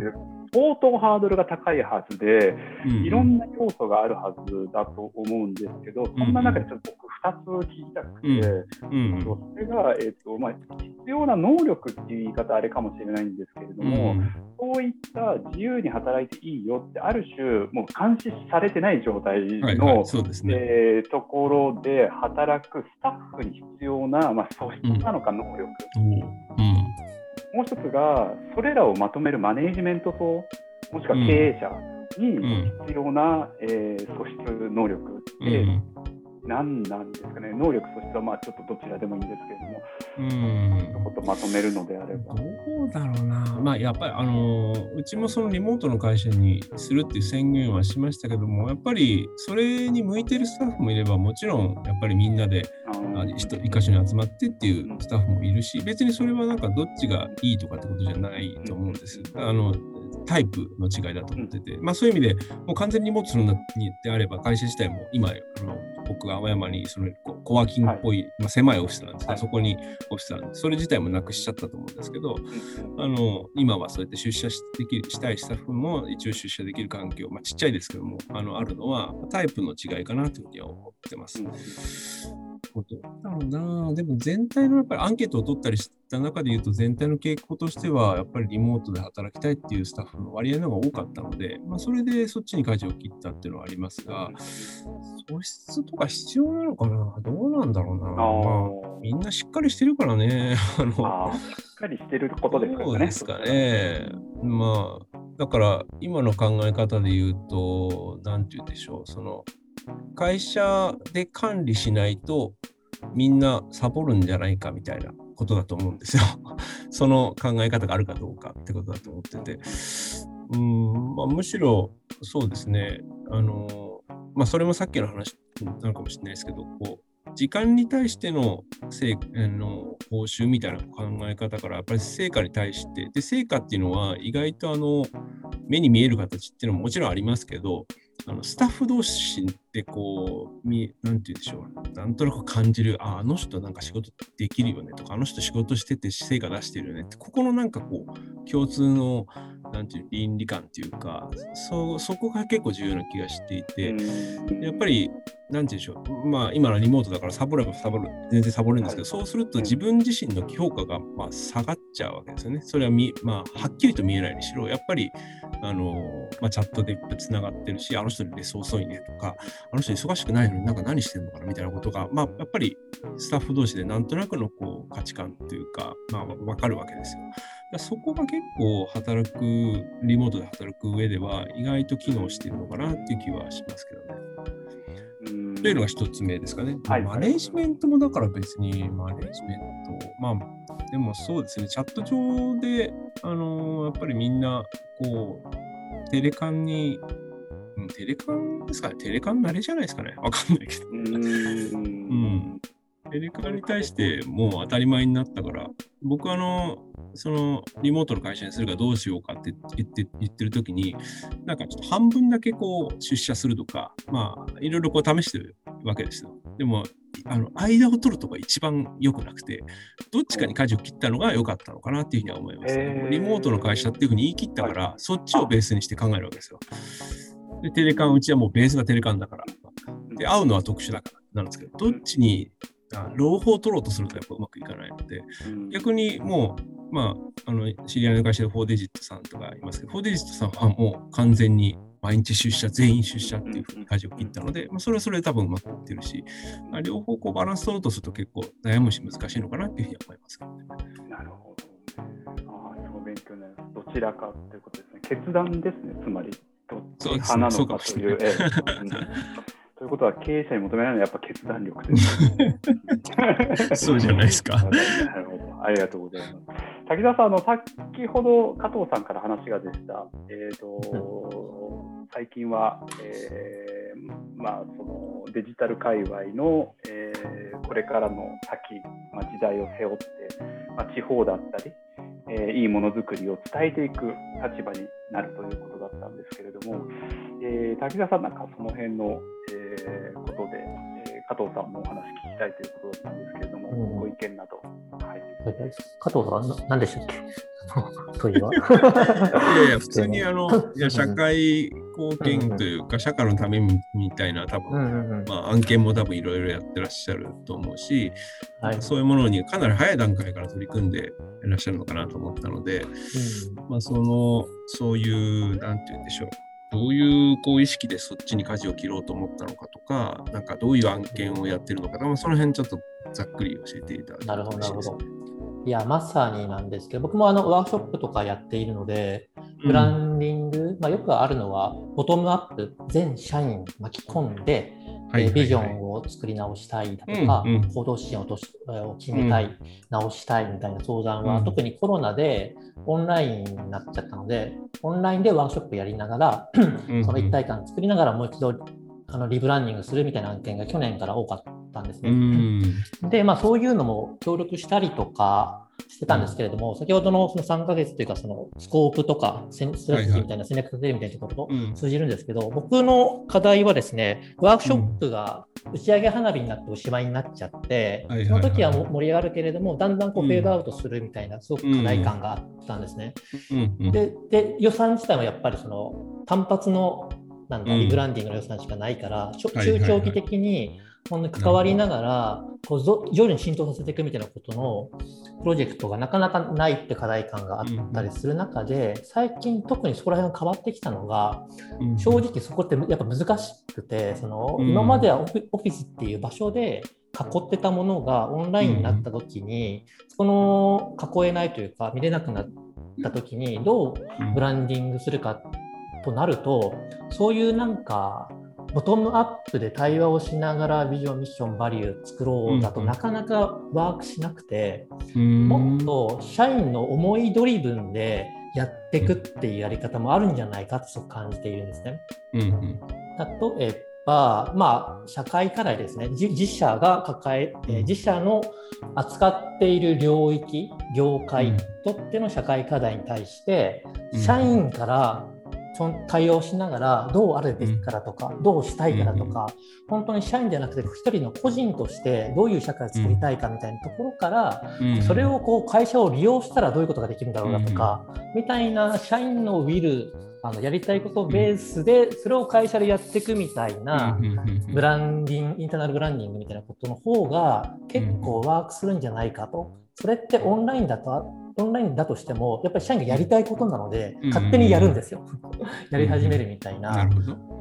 相当ハードルが高いはずで、 うんうん、 いろんな要素があるはずだと思うんですけど、そんな中でちょっと僕ふたつ聞きたくて、うんうん、それが、えーとまあ、必要な能力っていう言い方あれかもしれないんですけれども、うん、そういった自由に働いていいよってある種もう監視されてない状態の、はいはい、そうですね、えー、ところで働くスタッフに必要な、まあ、素質なのか能力、うんうん、もう一つがそれらをまとめるマネージメント層もしくは経営者に必要な、うんえー、素質能力って、うん何なんですかね、能力素質はまあちょっとどちらでもいいんですけれども、うんのことまとめるのであれば。 どうだろうな、まあ、やっぱりあのうちもそのリモートの会社にするっていう宣言はしましたけども、やっぱりそれに向いてるスタッフもいれば、もちろんやっぱりみんなで一箇所に集まってっていうスタッフもいるし、別にそれはなんかどっちがいいとかってことじゃないと思うんです。あのタイプの違いだと思ってて、まあ、そういう意味でもう完全にリモートするんであれば会社自体も今あの僕が青山にそのコワーキングっぽい、はいまあ、狭いオフィスなんですが、はい、そこにオフィスなんでそれ自体もなくしちゃったと思うんですけど、あの今はそうやって出社しできしたいスタッフも一応出社できる環境、まあ、ちっちゃいですけども あのあるのはタイプの違いかなというふうには思ってます。どうだろうな。でも全体のやっぱりアンケートを取ったりした中で言うと全体の傾向としてはやっぱりリモートで働きたいっていうスタッフの割合の方が多かったので、まあ、それでそっちに舵を切ったっていうのはありますが、素質とか必要なのかな。どうなんだろうな。あまあ、みんなしっかりしてるからね。あのあしっかりしてることですかね。 そうですかね。まあだから今の考え方で言うと何て言うんでしょう。その会社で管理しないとみんなサボるんじゃないかみたいなことだと思うんですよ。その考え方があるかどうかってことだと思ってて、うーん、まあ、むしろそうですね。あのまあそれもさっきの話なのかもしれないですけど、こう時間に対しての成あの報酬みたいな考え方からやっぱり成果に対してで成果っていうのは意外とあの目に見える形っていうのももちろんありますけど。あのスタッフ同士ってこう、みなんて言うんでしょう、なんとなく感じる、あ、あの人なんか仕事できるよねとか、あの人仕事してて成果出してるよねって、ここのなんかこう、共通の、なんていう倫理観っていうか、そ、そこが結構重要な気がしていて、やっぱり、なんていうんでしょう、まあ今のリモートだからサボればサボる、全然サボれるんですけど、はい、そうすると自分自身の評価がまあ下がっちゃうわけですよね。それはみ、まあ、はっきりと見えないにしろ、やっぱり、あの、まあ、チャットでつながってるし、あの人にレス遅いねとか、あの人忙しくないのになんか何してんのかなみたいなことが、まあ、やっぱりスタッフ同士でなんとなくのこう価値観というか、まあ、わかるわけですよ。そこが結構働く、リモートで働く上では意外と機能しているのかなっていう気はしますけどね。というのが一つ目ですかね。はい、マネージメントもだから別にマネージメント、まあでもそうですね、チャット上で、あのー、やっぱりみんなこうテレカンに、うん、テレカンですかね、テレカン慣れじゃないですかね、わかんないけど。うーんうんテレカンに対してもう当たり前になったから、僕はあの、そのリモートの会社にするかどうしようかって言って言ってるときに、なんかちょっと半分だけこう出社するとか、まあいろいろこう試してるわけですよ。でも、あの間を取るとか一番良くなくて、どっちかに舵を切ったのが良かったのかなっていうふうには思いますね。リモートの会社っていうふうに言い切ったから、そっちをベースにして考えるわけですよ。で、テレカン、うちはもうベースがテレカンだから。で、会うのは特殊だからなんですけど、どっちに両方取ろうとするとやっぱうまくいかないので、逆にもう、まあ、あの知り合いの会社でフォーデジットさんとかいますけど、フォーデジットさんはもう完全に毎日出社、全員出社っていうふうに舵を切ったので、まあ、それはそれで多分うまくいってるし、まあ、両方こうバランス取ろうとすると結構悩むし難しいのかなっていうふうに思いますけどね。 なるほど。ああ、すごい勉強になります。どちらかということですね。決断ですね、つまり。どっち派なのかという。ということは経営者に求められるのはやっぱ決断力ですね。 そうじゃないですか。 なるほど。ありがとうございます。滝沢さん、あの先ほど加藤さんから話が出た、えーと、最近は、えーまあ、そのデジタル界隈の、えー、これからの先、まあ、時代を背負って、まあ、地方だったり、えー、いいものづくりを伝えていく立場になるということだったんですけれども、えー、滝沢さんなんかその辺の、えー、ことで、えー、 加藤さんもお話聞きたいということだったんですけれども、うん、ご意見など。はい、 加藤さん、何でしたっけ問いは。 いやいや、普通にあのいや社会貢献というか、社会のためみたいな、多分、うんうんまあ、案件も多分いろいろやってらっしゃると思うし、はい、そういうものにかなり早い段階から取り組んでいらっしゃるのかなと思ったので、うんまあ、そのそういう、なんて言うんでしょう。どういうこう意識でそっちに舵を切ろうと思ったのかとか、なんかどういう案件をやってるのか、まあ、その辺ちょっとざっくり教えていただきたいです。なるほど、なるほど。 いや、まさになんですけど、僕もあのワークショップとかやっているので、ブランディング、うんまあ、よくあるのは、ボトムアップ、全社員巻き込んで、はいはいはい、ビジョンを作り直したいだとか、うんうん、行動支援を決めたい、うん、直したいみたいな相談は、うん、特にコロナでオンラインになっちゃったので、オンラインでワークショップやりながら、その一体感作りながらもう一度あのリブランディングするみたいな案件が去年から多かったんですね。うん、で、まあそういうのも協力したりとかしてたんですけれども、うん、先ほどのそのさんかげつというかそのスコープとかストラテジーみたいな戦略立てるみたいなところと通じるんですけど、うん、僕の課題はですね、ワークショップが打ち上げ花火になっておしまいになっちゃって、うん、その時は盛り上がるけれども、だんだんこうフェードアウトするみたいなすごく課題感があったんですね。うんうん、で, で予算自体もやっぱりその単発のなんだリブランディングの予算しかないから、うん、中長期的に関わりながらこう徐々に浸透させていくみたいなことのプロジェクトがなかなかないって課題感があったりする中で、うん、最近特にそこら辺が変わってきたのが、うん、正直そこってやっぱ難しくて、その、うん、今まではオフィスっていう場所で囲ってたものがオンラインになった時に、うん、その囲えないというか見れなくなった時にどうブランディングするかとなると、そういうなんかボトムアップで対話をしながらビジョン、ミッション、バリュー作ろうだとなかなかワークしなくて、もっと社員の思いドリブンでやっていくっていうやり方もあるんじゃないかとそう感じているんですね。うんうん、例えば、まあ、社会課題ですね。自社が抱え、えー、自社の扱っている領域、業界にとっての社会課題に対して、社員から対応しながらどうあるべきからとか、うん、どうしたいからとか、うん、本当に社員じゃなくて一人の個人としてどういう社会を作りたいかみたいなところから、うん、それをこう会社を利用したらどういうことができるんだろうなとか、うん、みたいな社員のウィル、あのやりたいことをベースでそれを会社でやっていくみたいなブランディング、インターナルブランディングみたいなことの方が結構ワークするんじゃないかと。それってオンラインだとオンラインだとしてもやっぱり社員がやりたいことなので、うん、勝手にやるんですよやり始めるみたいな、うん、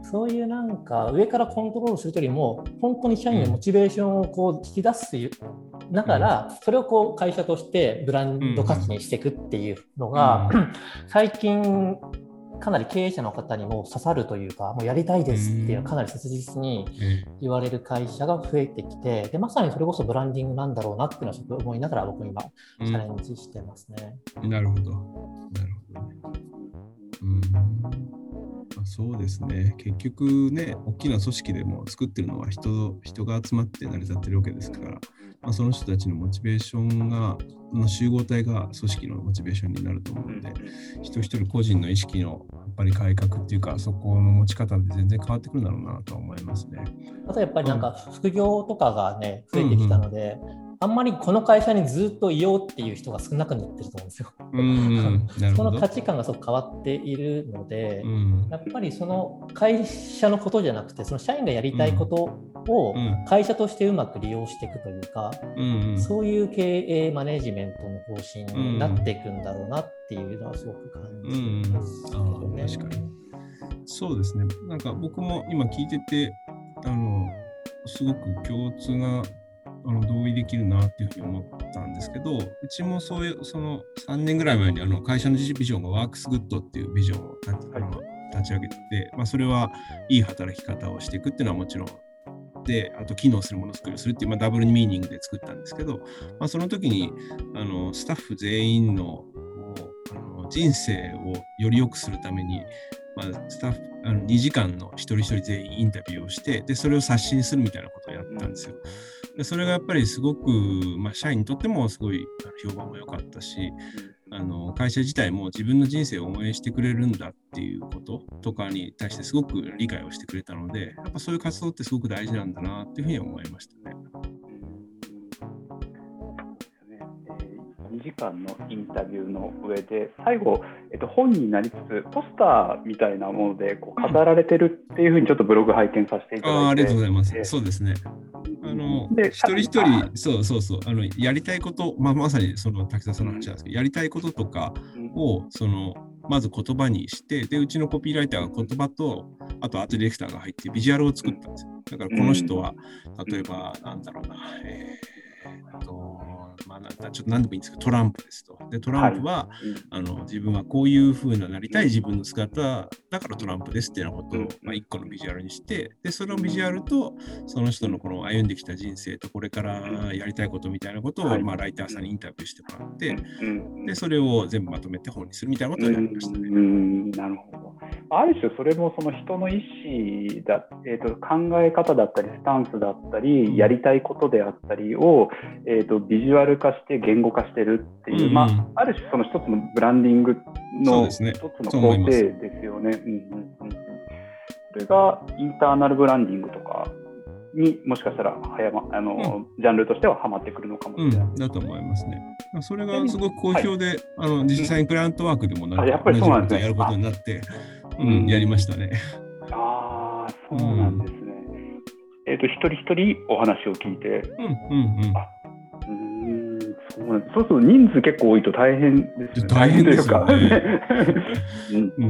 そういうなんか上からコントロールするよりも本当に社員のモチベーションをこう引き出すながら、うん、それをこう会社としてブランド価値にしていくっていうのが、うん、最近かなり経営者の方にも刺さるというか、もうやりたいですっていうかなり切実に言われる会社が増えてきて、でまさにそれこそブランディングなんだろうなっていうのはちょっと思いながら僕今チャレンジしてますね。 うん、なるほど。なるほどね。うんあ、そうですね。結局ね、大きな組織でも作ってるのは 人, 人が集まって成り立ってるわけですから、まあ、その人たちのモチベーションがの集合体が組織のモチベーションになると思うので、一人一人個人の意識のやっぱり改革っていうか、そこの持ち方で全然変わってくるんだろうなと思いますね。 あとやっぱりなんか副業とかがね、増えてきたので、うんうん、あんまりこの会社にずっといようっていう人が少なくなってると思うんですよ。うんその価値観がすごく変わっているので、うん、やっぱりその会社のことじゃなくて、その社員がやりたいことを会社としてうまく利用していくというか、うんうん、そういう経営マネジメントの方針になっていくんだろうなっていうのはすごく感じますけどね。 うんうん、あ、確かに。そうですね。なんか僕も今聞いてて、あのすごく共通なあの同意できるなっていうふうに思ったんですけど、うちもそういうそのさんねんぐらい前にあの会社のビジョンがワークスグッドっていうビジョンを立ち、はい、立ち上げてて、まあ、それはいい働き方をしていくっていうのはもちろんで、あと機能するものを作るするっていう、まあ、ダブルミーニングで作ったんですけど、まあ、その時にあのスタッフ全員の、あの人生をより良くするために、まあ、スタッフあのにじかんの一人一人全員インタビューをして、でそれを刷新するみたいなことをやったんですよ。でそれがやっぱりすごく、まあ、社員にとってもすごい評判も良かったし、ああの会社自体も自分の人生を応援してくれるんだっていうこととかに対してすごく理解をしてくれたので、やっぱそういう活動ってすごく大事なんだなっていうふうに思いましたね。 にじかんのインタビューの上で最後、えっと、本になりつつポスターみたいなものでこう飾られてるっていうふうにちょっとブログ拝見させていただいて、 ああ、ありがとうございます。そうですね。あの一人一人、そうそうそう、あのやりたいこと、まあ、まさにその滝沢さんの話なんですけど、やりたいこととかをそのまず言葉にして、でうちのコピーライターが言葉と、あとアートディレクターが入ってビジュアルを作ったんですよ。だからこの人は、例えばなんだろうな、えー、とまあ、なんだちょっと何でもいいんですけど、トランプですと。でトランプは、はい、あの自分はこういう風になりたい自分の姿だからトランプですっていうようなことを、まあ、一個のビジュアルにして、でそのビジュアルとその人のこの歩んできた人生とこれからやりたいことみたいなことを、はい、まあ、ライターさんにインタビューしてもらって、でそれを全部まとめて本にするみたいなことをやりましたね。 うん、なるほど。ある種それもその人の意思だ、えーと、考え方だったりスタンスだったりやりたいことであったりを、えーと、ビジュアル化して言語化してるっていう、うんうん、まあ、ある種その一つのブランディングの一つの工程ですよね。うんうんうん、それがインターナルブランディングとかにもしかしたら早、ま、あの、うん、ジャンルとしてはハマってくるのかもしれない、うん、 だと思いますね。それがすごく好評で、はい、あの実際にクライアントワークでもなんか同じことをやることになって、うん、やりましたね。 ああ、そうなんですね。うん、えっと、一人一人お話を聞いて、 うんうんうん。 あ、うーん、そうなんです。そうすると人数結構多いと大変ですよね。 大変ですよね。 うん、うん、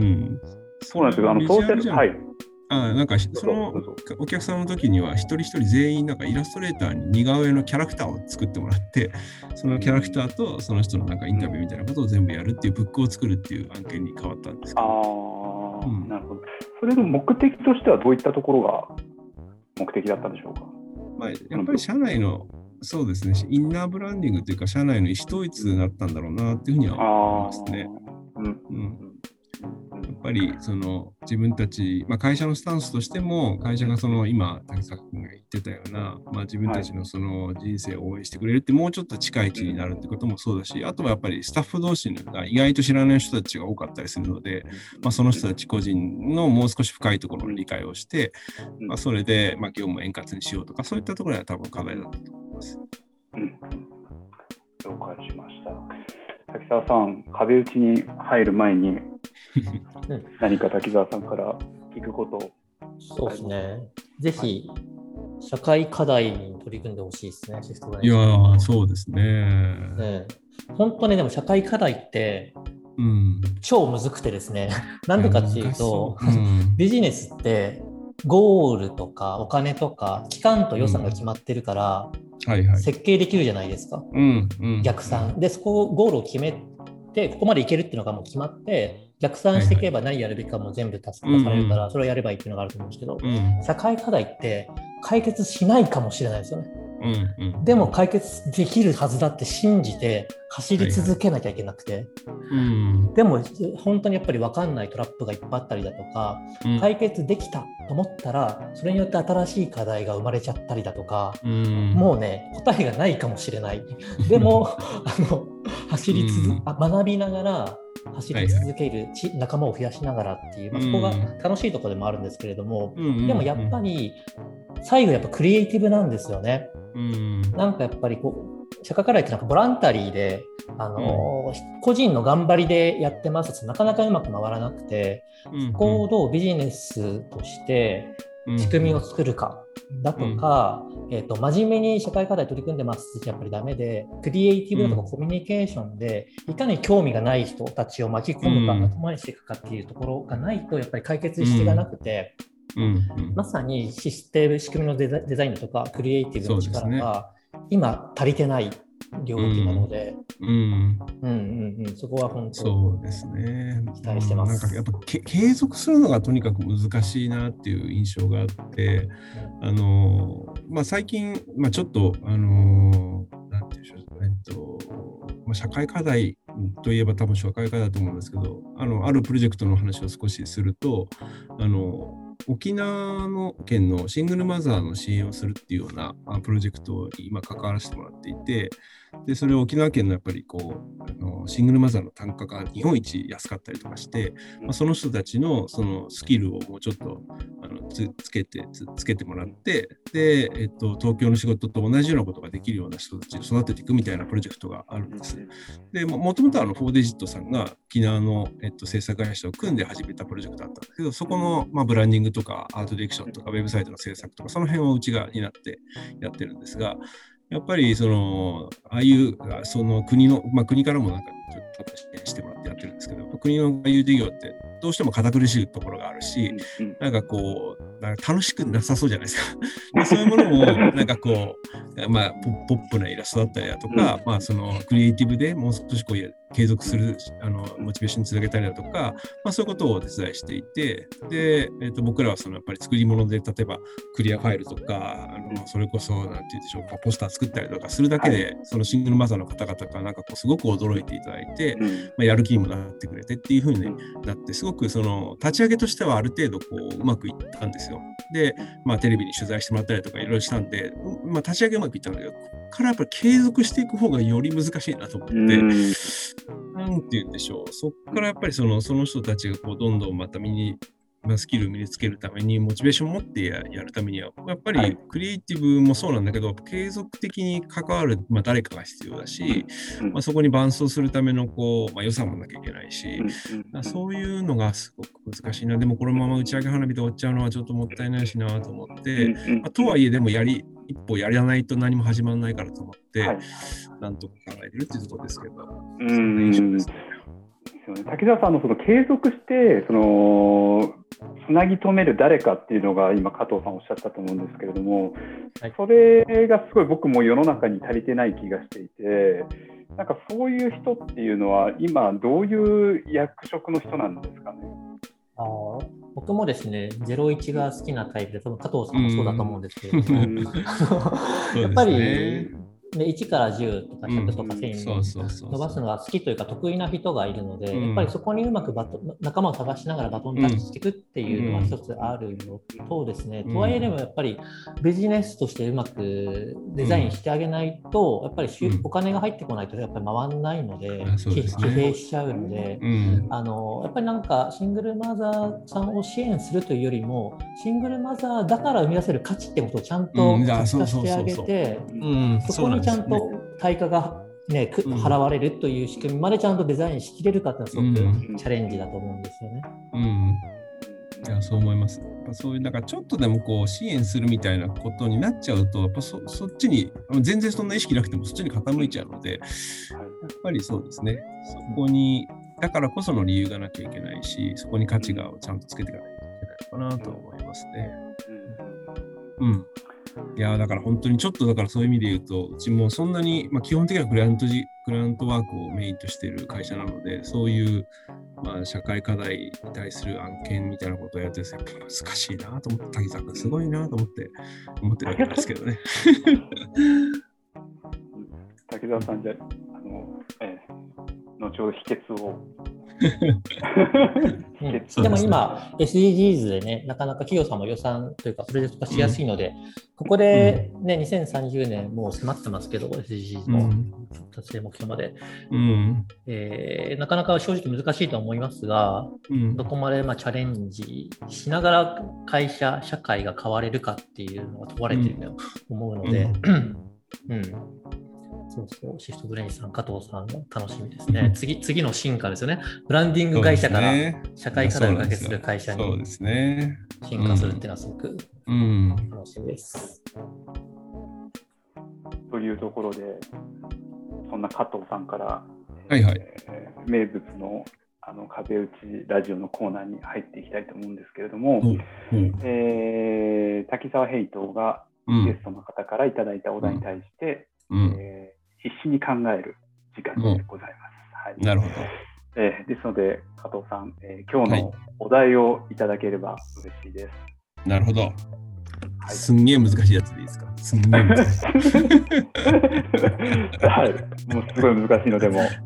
そうなんですよ。あのソーシャル、はい。 あなんかそのお客さんの時には一人一人全員なんかイラストレーターに似顔絵のキャラクターを作ってもらって、そのキャラクターとその人のなんかインタビューみたいなことを全部やるっていうブックを作るっていう案件に変わったんですけど。 ああ、うん、なるほど。それの目的としてはどういったところが目的だったんでしょうか。 まあ、やっぱり社内のそうですね、インナーブランディングというか社内の意思統一だったんだろうなっていうふうには思いますね。うんうんやっぱりその自分たち、まあ、会社のスタンスとしても会社がその今竹崎君が言ってたような、まあ、自分たちのその人生を応援してくれるってもうちょっと近い位置になるってこともそうだし、あとはやっぱりスタッフ同士が意外と知らない人たちが多かったりするので、まあ、その人たち個人のもう少し深いところの理解をして、まあ、それでまあ業務を円滑にしようとかそういったところは多分課題だったと思います。 うん、了解しました。滝沢さん、壁打ちに入る前に何か滝沢さんから聞くことを。 そうですね。ぜひ、社会課題に取り組んでほしいですね、シフトいやー、そうですね。 ね本当にでも社会課題って、うん、超むずくてですね、なんでかっていうと、うん、ビジネスってゴールとかお金とか期間と予算が決まってるから、うんはいはい、設計できるじゃないですか、うんうん、逆算でそこをゴールを決めてここまでいけるっていうのがもう決まって逆算していけば何やるべきかも全部タスク化されるから、はいはい、それをやればいいっていうのがあると思うんですけど、うん、社会課題って解決しないかもしれないですよね、うんうん、でも解決できるはずだって信じて走り続けなきゃいけなくて、はいはいうん、でも本当にやっぱり分かんないトラップがいっぱいあったりだとか、うん、解決できたと思ったらそれによって新しい課題が生まれちゃったりだとか、うん、もうね答えがないかもしれないでもあの走り続、うん、学びながら走り続ける、はい、仲間を増やしながらっていう、まあ、そこが楽しいところでもあるんですけれども、うん、でもやっぱり最後やっぱクリエイティブなんですよね、うん、なんかやっぱりこう社会課題ってなんかボランタリーで、あのーうん、個人の頑張りでやってますとなかなかうまく回らなくて、うん、そこをどうビジネスとして仕組みを作るかだとか、うんえー、と真面目に社会課題取り組んでますってやっぱりダメでクリエイティブだとかコミュニケーションでいかに興味がない人たちを巻き込むか、うん、後回ししていくかっていうところがないとやっぱり解決してがなくて、うんうん、まさにシステム仕組みのデザ、デザインとかクリエイティブの力が今足りてない領域なので、うんうんうんうん、そこは本当そうですね。 期待してます。 なんかやっぱ継続するのがとにかく難しいなっていう印象があって、あのまあ、最近、まあ、ちょっとあのなんていうんでしょう、えっとまあ、社会課題といえば多分社会課題だと思うんですけど、あのあるプロジェクトの話を少しすると、あの沖縄の県のシングルマザーの支援をするっていうようなプロジェクトに今関わらせてもらっていて、でそれを沖縄県のやっぱりこうあのシングルマザーの単価が日本一安かったりとかして、まあ、その人たちのそのスキルをもうちょっとあの つ, つけて つ, つけてもらって、で、えっと、東京の仕事と同じようなことができるような人たちを育てていくみたいなプロジェクトがあるんです。でもともとはあのフォーデジットさんが沖縄の、えっと、制作会社を組んで始めたプロジェクトだったんですけど、そこの、まあ、ブランディングとかアートディレクションとかウェブサイトの制作とかその辺をうちが担ってやってるんですが、やっぱりそのああいうその国の、まあ、国からもなんかちょっと支援してもらってやってるんですけど、国のああいう事業ってどうしても堅苦しいところがあるし、なんかこうなんか楽しくなさそうじゃないですか。でそういうものもなんかこう、まあ、ポップなイラストだったりだとか、まあ、そのクリエイティブでもう少しこう継続するあのモチベーションにつなげたりだとか、まあ、そういうことをお手伝いしていて、で、えー、と僕らはそのやっぱり作り物で例えばクリアファイルとか、あのそれこそなんて言うんでしょうか、ポスター作ったりとかするだけで、はい、そのシングルマザーの方々がなんかこうすごく驚いていただいて、うんまあ、やる気にもなってくれてっていう風になって、すごくその立ち上げとしてはある程度こううまくいったんですよ。で、まあ、テレビに取材してもらったりとかいろいろしたんで、まあ、立ち上げうまくいったんだけど、ここからやっぱり継続していく方がより難しいなと思って、うんなんて言うんでしょう、そこからやっぱりその、その人たちがこうどんどんまた身に、まあ、スキルを身につけるために、モチベーションを持ってや、やるためには、やっぱりクリエイティブもそうなんだけど、継続的に関わる、まあ、誰かが必要だし、まあ、そこに伴走するためのこう、まあ、予算もなきゃいけないし、そういうのがすごく難しいな。でもこのまま打ち上げ花火で終わっちゃうのはちょっともったいないしなと思って、まあ、とはいえでもやり、一歩やらないと何も始まらないからと思って、はい、なんとか考えてるっていうところですけど、 うんそんな印象ですね。滝沢さんのその継続してそのつなぎ止める誰かっていうのが今加藤さんおっしゃったと思うんですけれども、はい、それがすごい僕も世の中に足りてない気がしていて、なんかそういう人っていうのは今どういう役職の人なんですかね。 あ僕もですね、ゼロイチが好きなタイプで、多分加藤さんもそうだと思うんですけれども、やっぱりでいちからじゅうとかひゃくとかせんに伸ばすのが好きというか得意な人がいるので、うん、やっぱりそこにうまくバト仲間を探しながらバトンタッチしていくっていうのが一つあるのとですね、うん、とはいえでもやっぱりビジネスとしてうまくデザインしてあげないと、やっぱりお金が入ってこないとやっぱり回らないので、うん、疲弊しちゃうので、うん、あのやっぱりなんかシングルマザーさんを支援するというよりも、シングルマザーだから生み出せる価値ってことをちゃんと可視化してあげて、そこにちゃんと対価が、ね、うん、払われるという仕組みまでちゃんとデザインしきれるかっていうのはすごくチャレンジだと思うんですよね。 うん、いやそう思います。やっぱそういうなんかちょっとでもこう支援するみたいなことになっちゃうと、やっぱ そ, そっちに全然そんな意識なくてもそっちに傾いちゃうので、やっぱりそうですね。そこにだからこその理由がなきゃいけないし、そこに価値がちゃんとつけていかないといけないのかなと思いますね。うん。いやだから本当にちょっとだからそういう意味で言うと、うちもそんなに、まあ、基本的にはクライアントジクライアントワークをメインとしている会社なので、そういう、まあ、社会課題に対する案件みたいなことをやってて、やっぱ難しいなと思って、滝沢君すごいなと思って思ってるわけですけどね。 滝沢さんじゃあの、えー、後ほど秘訣を。 うん、でも今 エスディージーズ でね、なかなか企業さんも予算というかプロジェクト化しやすいので、うん、ここで、ね、にせんさんじゅうねんもう迫ってますけど エスディージーズ の達成目標まで、うんえー、なかなか正直難しいとは思いますが、うん、どこまでまあチャレンジしながら会社社会が変われるかっていうのが問われていると思うので、うんうんそうそう、シフトブレインさん、加藤さんの楽しみですね。次、次の進化ですよね。ブランディング会社から社会課題を解決する会社に進化するっていうのはすごく楽しみです。 うんうん、というところで、そんな加藤さんから、 はいはいえー、名物のあの壁打ちラジオのコーナーに入っていきたいと思うんですけれども、うんうんえー、滝沢ヘイトがゲストの方からいただいたお題に対して、うんえー必死に考える時間でございます。うんはい、 なるほど、 えー。ですので加藤さん、えー、今日のお題をいただければ嬉しいです。はい、 なるほど。はい、すんげえ難しいやつでいいですか。すんげえ難しい。 はい、もうすごい難しいのでも。わ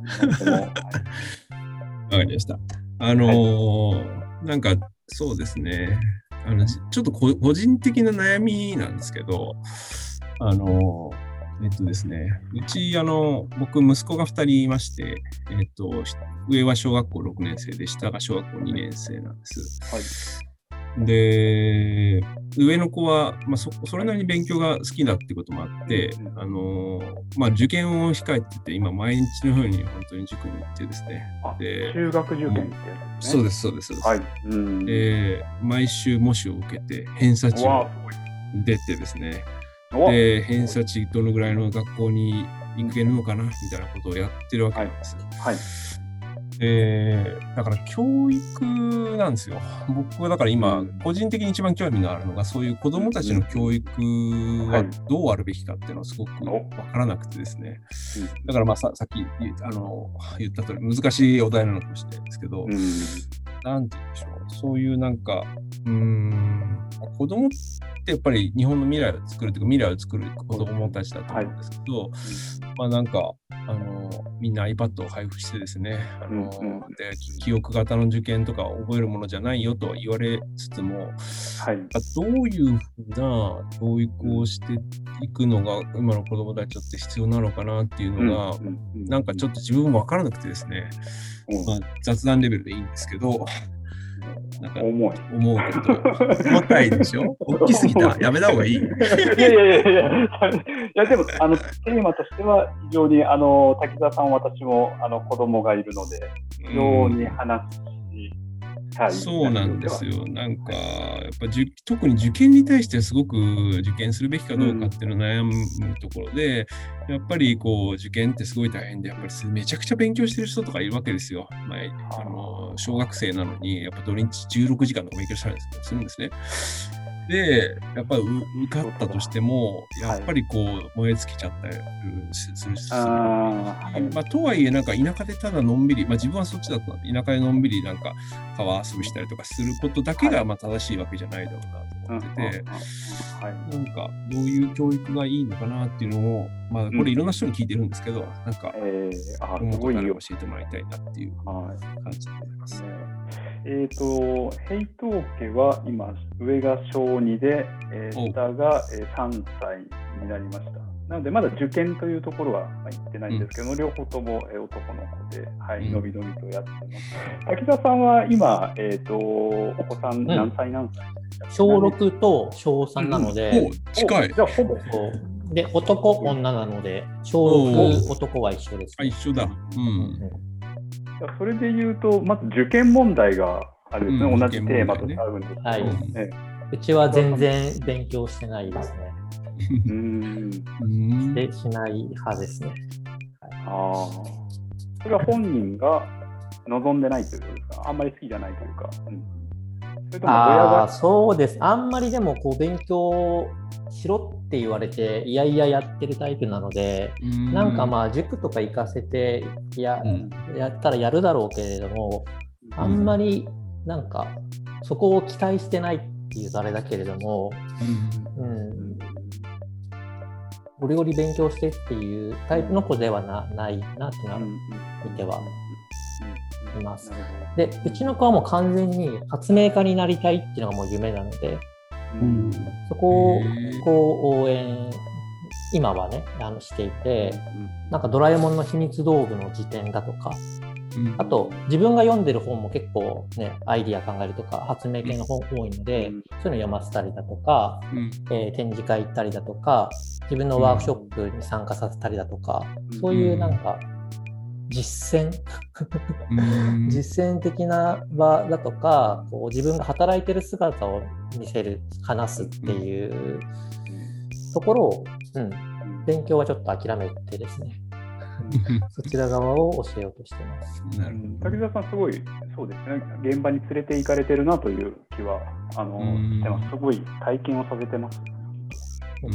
かりました。あのーはい、なんかそうですね。 あのちょっとこ個人的な悩みなんですけど、あの、えっとですね、うち、あの、僕、息子がふたりいまして、えっと、上は小学校ろくねん生で、下が小学校にねん生なんです。はい、で、上の子は、まあ、そ、それなりに勉強が好きだってこともあって、あの、まあ、受験を控えてて、今、毎日のように本当に塾に行ってですね。 で、中学受験ってやつですね。 そうです、そうです、そうです。 はい。 うん、で、毎週模試を受けて、偏差値を出てですね。で、偏差値どのぐらいの学校に行けるのかなみたいなことをやってるわけなんです。はい。はい、で、だから教育なんですよ。僕はだから今、うん、個人的に一番興味があるのが、そういう子どもたちの教育はどうあるべきかっていうのはすごくわからなくてですね。だからまあさ、さっきあの言った通り難しいお題なのかもしれないんですけど、うん、なんて言うんでしょう。そういうなんか、うーん、子供ってやっぱり日本の未来を作るというか、未来を作る子供たちだと思うんですけど、はい、まあなんか、あの、みんな iPad を配布してですね、あの、うん、で、記憶型の受験とか覚えるものじゃないよと言われつつも、はい、どういうふうな教育をしていくのが今の子供たちにとって必要なのかなっていうのが、うんうん、なんかちょっと自分もわからなくてですね、うん、まあ、雑談レベルでいいんですけど、なんか重い。 思うこと。重たいでしょ？大きすぎた。やめた方がいい。いやいやいやいや。いやでもあのテーマとしては非常にあの滝沢さん、私もあの子供がいるので非常に話し、 はい、そうなんですよ。なんかやっぱじゅ特に受験に対してすごく受験するべきかどうかっていうのを悩むところで、うん、やっぱりこう受験ってすごい大変で、やっぱりめちゃくちゃ勉強してる人とかいるわけですよ。まあ、あの小学生なのにやっぱ土日じゅうろくじかんとか勉強したりするんですね。で、やっぱり受かったとしても、やっぱりこう燃え尽きちゃったりするし、はい、まあ、とはいえ、なんか田舎でただのんびり、まあ、自分はそっちだったので、田舎でのんびりなんか川遊びしたりとかすることだけがまあ正しいわけじゃないだろうなと思ってて、なんかどういう教育がいいのかなっていうのを、まあ、これいろんな人に聞いてるんですけど、なんか、思うことから教えてもらいたいなっていう感じでございます。 えーと、平東家は今、上が小にで、えー、下がさんさいになりました。なので、まだ受験というところは行ってないんですけども、うん、両方とも男の子で、はい、のびのびとやってます。滝沢さんは今、えーと、お子さん何歳何歳、 うん、小ろくと小さんなので、 うん、近い。 じゃあ、ほぼ。 で、男、女なので、小ろく、男は一緒です、ね。 あ、一緒だ。うん。 それで言うと、まず受験問題があるんですね、うん、同じテーマとしてあるんですけど、ね、はい、 ね、うちは全然勉強してないですね。 うんしてしない派ですね。 はい、ああ、それは本人が望んでないというか、あんまり好きじゃないというか。うん、それとも親が。 あ、そうです。あんまりでもこう勉強しろって言われていやいややってるタイプなので、んなんかまあ塾とか行かせて や,、うん、やったらやるだろうけれども、あんまりなんかそこを期待してないっていうとあれだけれども、うんうん、ゴリゴリ勉強してっていうタイプの子では な, ないなっていうのは見てはいます。で、うちの子はもう完全に発明家になりたいっていうのがもう夢なので、うん、そこをこう応援今はねあのしていて、なんかドラえもんの秘密道具の辞典だとか、あと自分が読んでる本も結構ねアイディア考えるとか発明系の本多いので、そういうの読ませたりだとか、えー、展示会行ったりだとか、自分のワークショップに参加させたりだとか、そういうなんか実践実践的な場だとか、こう自分が働いてる姿を見せる、話すっていうところを、うん、勉強はちょっと諦めてですねそちら側を教えようとしてます。 なるほど。滝沢さん、すごいそうですね、現場に連れて行かれてるなという気はあのしてます。すごい体験をさせてます。 うん、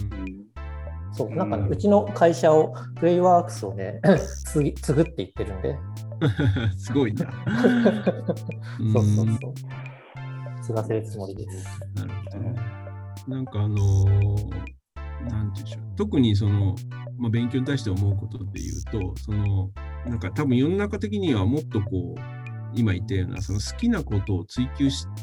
そうなんか、ね、うちの会社をプレイワークスをね継ぐって言ってるんで。 すごいな。 そうそうそう。継がせるつもりです。 なるほどね。なんかあのー、なんていうんでしょう。特にその、まあ、勉強に対して思うことで言うと、そのなんか多分世の中的にはもっとこう今言ったようなその好きなことを追求していっ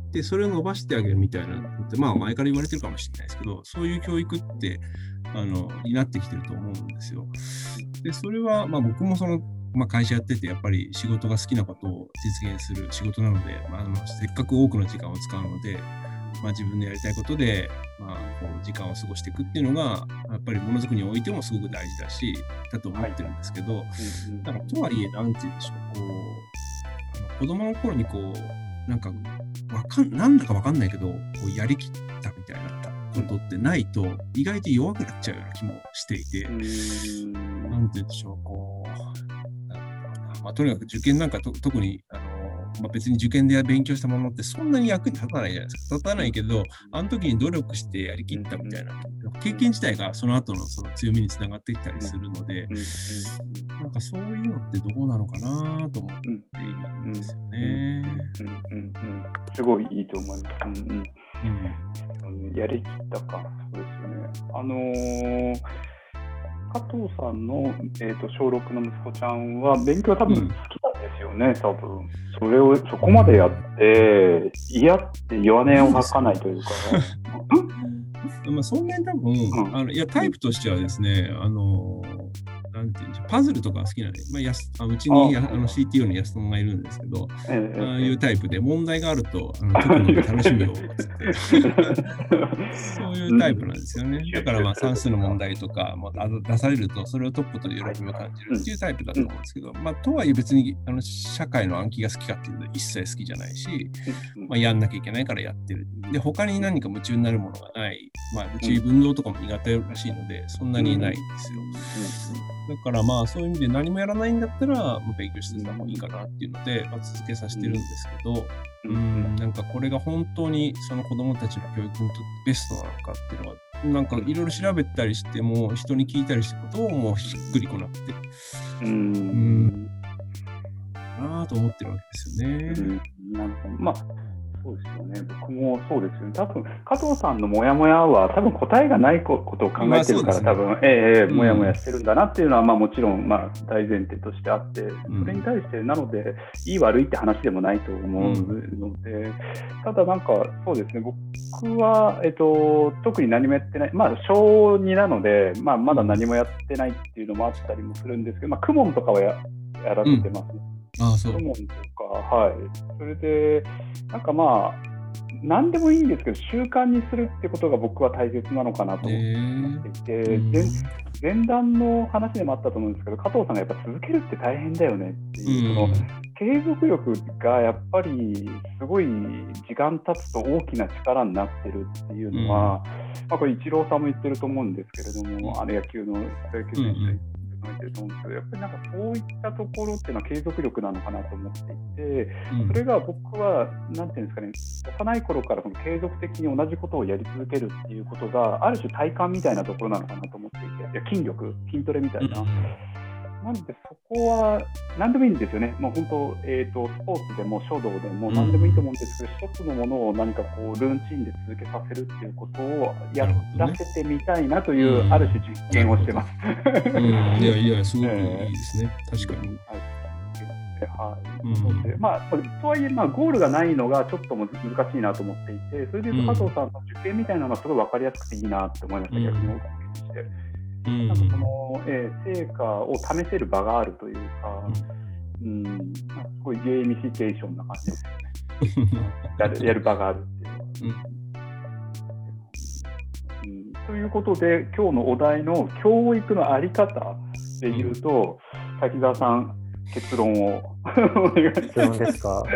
でそれを伸ばしてあげるみたいなのって、まあ前から言われてるかもしれないですけど、そういう教育ってあのになってきてると思うんですよ。でそれはまあ僕もその、まあ、会社やっててやっぱり仕事が好きなことを実現する仕事なので、まあ、あのせっかく多くの時間を使うので、まあ、自分でやりたいことで、まあ、こう時間を過ごしていくっていうのがやっぱりものづくりにおいてもすごく大事だしだと思ってるんですけど、はい、だからとはいえなんて言うんでしょう、こうあの子供の頃にこうなんかわかんなんだかわかんないけどこうやりきったみたいなことってないと意外と弱くなっちゃうような気もしていて、なんて言うんでしょう、こうまあ、とにかく受験なんかと特にあの、まあ、別に受験で勉強したものってそんなに役に立たないじゃないですか。立たないけど、あの時に努力してやりきったみたいな経験自体がその後のその強みにつながってきたりするので、なんかそういうのってどうなのかなと思っているんですよね。 すごいいいと思います。うんうんうん、やりきったか、そうですよね。あのー加藤さんの、えーと、小ろくの息子ちゃんは勉強多分好きなんですよね、うん、多分それをそこまでやって嫌って弱音を吐かないというかまあそんなに多分、うん、あのいやタイプとしてはですね、あのなんていうんでしょう、パズルとか好きなんで、まあ、やすあうちにああの シーティーオー の安友がいるんですけど、ええ、ああいうタイプで問題があるとあの特に楽しみをつってそういうタイプなんですよね。だからまあ算数の問題とかも出されるとそれを解くことで喜びを感じるっていうタイプだと思うんですけど、まあ、とはいえ別にあの社会の暗記が好きかっていうと一切好きじゃないし、まあ、やんなきゃいけないからやってる。で他に何か夢中になるものがない、まあ、うち運動とかも苦手らしいのでそんなにないんですよ。だからまあそういう意味で何もやらないんだったら、まあ、勉強してた方がいいかなっていうので、まあ、続けさせてるんですけど、うん、なんかこれが本当にその子どもたちの教育にとってベストなのかっていうのはなんかいろいろ調べたりしても人に聞いたりしたことをもうしっくりこなくて、うん、うんなぁと思ってるわけですよね。 うん、なんかまあそうですよね。僕もそうですよね。多分加藤さんのモヤモヤは多分答えがないことを考えてるから、まあね、多分ええモヤモヤしてるんだなっていうのは、まあもちろんまあ大前提としてあって、それに対してなのでいい悪いって話でもないと思うので、うん、ただなんかそうですね。僕はえっと特に何もやってない。まあ小になので、まあまだ何もやってないっていうのもあったりもするんですけど、まあクモンとかは や, やらせてます、ね。うんああそうクモンとか、はい。それで、なんかまあ、何でもいいんですけど、習慣にするってことが僕は大切なのかなと思っていて、えー、前, 前段の話でもあったと思うんですけど、加藤さんがやっぱ続けるって大変だよねっていう、その継続力がやっぱりすごい時間経つと大きな力になってるっていうのは、まあ、これイチローさんも言ってると思うんですけれども、あの野球の野球選手てると思うんですけど、やっぱりなんかそういったところっていうのは継続力なのかなと思っていて、それが僕はなんていうんですかね、幼い頃からその継続的に同じことをやり続けるっていうことがある種体幹みたいなところなのかなと思っていて、いや筋力、筋トレみたいな。なのでそこは何でもいいんですよね。もう本当、えーと、スポーツでも書道でも何でもいいと思うんですけど、一つのものを何かこうルーチンで続けさせるっていうことをやらせてみたいなという、ね、ある種実験をしてます。 うん、いやいやすごくいいですね。えー、確かに。 はいうんでまあ、とはいえ、まあ、ゴールがないのがちょっと難しいなと思っていて、それでいうと加藤さんの受験みたいなのがすごい分かりやすくていいなと思いました、うん、逆にお聞きして。なんかその、えー、成果を試せる場があるというか、うん、なんかすごいゲーミフィケーションな感じですよね。やる、やる場があるっていうのは、うんうん。ということで、今日のお題の教育のあり方でいうと、滝沢さん、結論をお願いします。 結論ですか。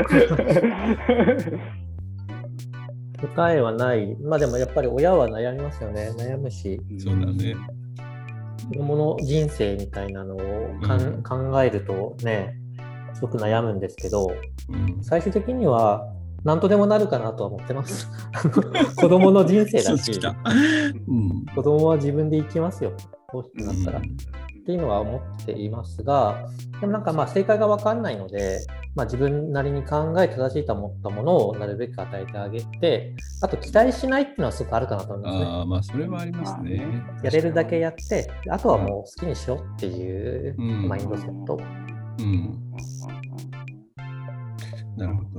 答えはない。まあでもやっぱり親は悩みますよね。悩むし。 そうだね。 子供の人生みたいなのをかん、うん、考えるとね、すごく悩むんですけど、うん、最終的には何とでもなるかなとは思ってます。子供の人生だし、うん、子供は自分で生きますよ、大きくなったら、うん、っていうのは思っていますが、でもなんかまあ正解が分かんないので、まあ、自分なりに考え正しいと思ったものをなるべく与えてあげて、あと期待しないっていうのはすごくあるかなと思いますね。 ああ、まあそれはありますね。 やれるだけやって、あとはもう好きにしろっていうマインドセット。 うんうん、なるほどね。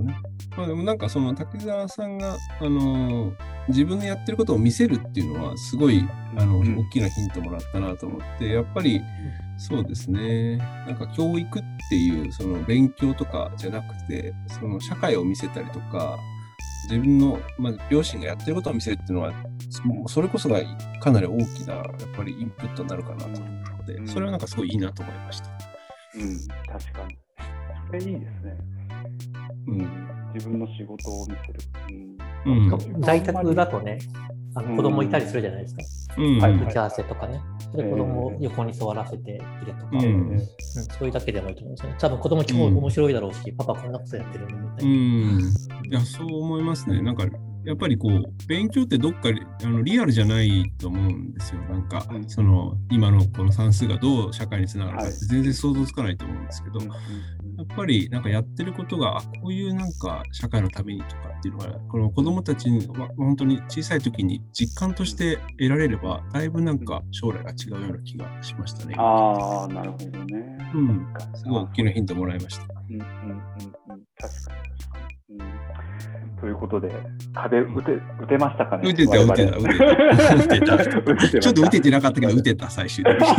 まあ、でもなんかその竹澤さんが、あのー、自分のやってることを見せるっていうのはすごいあの、うん、大きなヒントもらったなと思って、やっぱりそうですね、なんか教育っていうその勉強とかじゃなくて、その社会を見せたりとか、自分の、まあ、両親がやってることを見せるっていうのは、それこそがかなり大きなやっぱりインプットになるかなと思うので、それはなんかすごいいいなと思いました。 うん、確かに。それいいですね。うん、自分の仕事を見せる。 うんうん、在宅だとね、あの子供いたりするじゃないですか。うん、打ち合わせとかね。で子供を横に座らせているとか、うんうん、そういうだけでもいいと思うんですよね。多分子供超面白いだろうし、うん、パパこんなことやってるのみたいな。うん、 いやそう思いますね。なんかやっぱりこう勉強ってどっかあのリアルじゃないと思うんですよ。なんか、うん、その今のこの算数がどう社会につながるかって全然想像つかないと思うんですけど、はい、やっぱりなんかやってることがこういうなんか社会のためにとかっていうのがこの子どもたちに本当に小さい時に実感として得られればだいぶなんか将来が違うような気がしましたね。 ああ、なるほどね。 うん、すごい大きなヒントもらいました。 うんうんうんうん、確かに確かに。うんということで、壁打て、打てましたかね。 打てた、打てた、打てた。打てた。ちょっと打ててなかったけど、打てた、最終的に。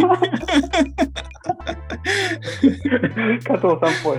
加藤さんっぽい。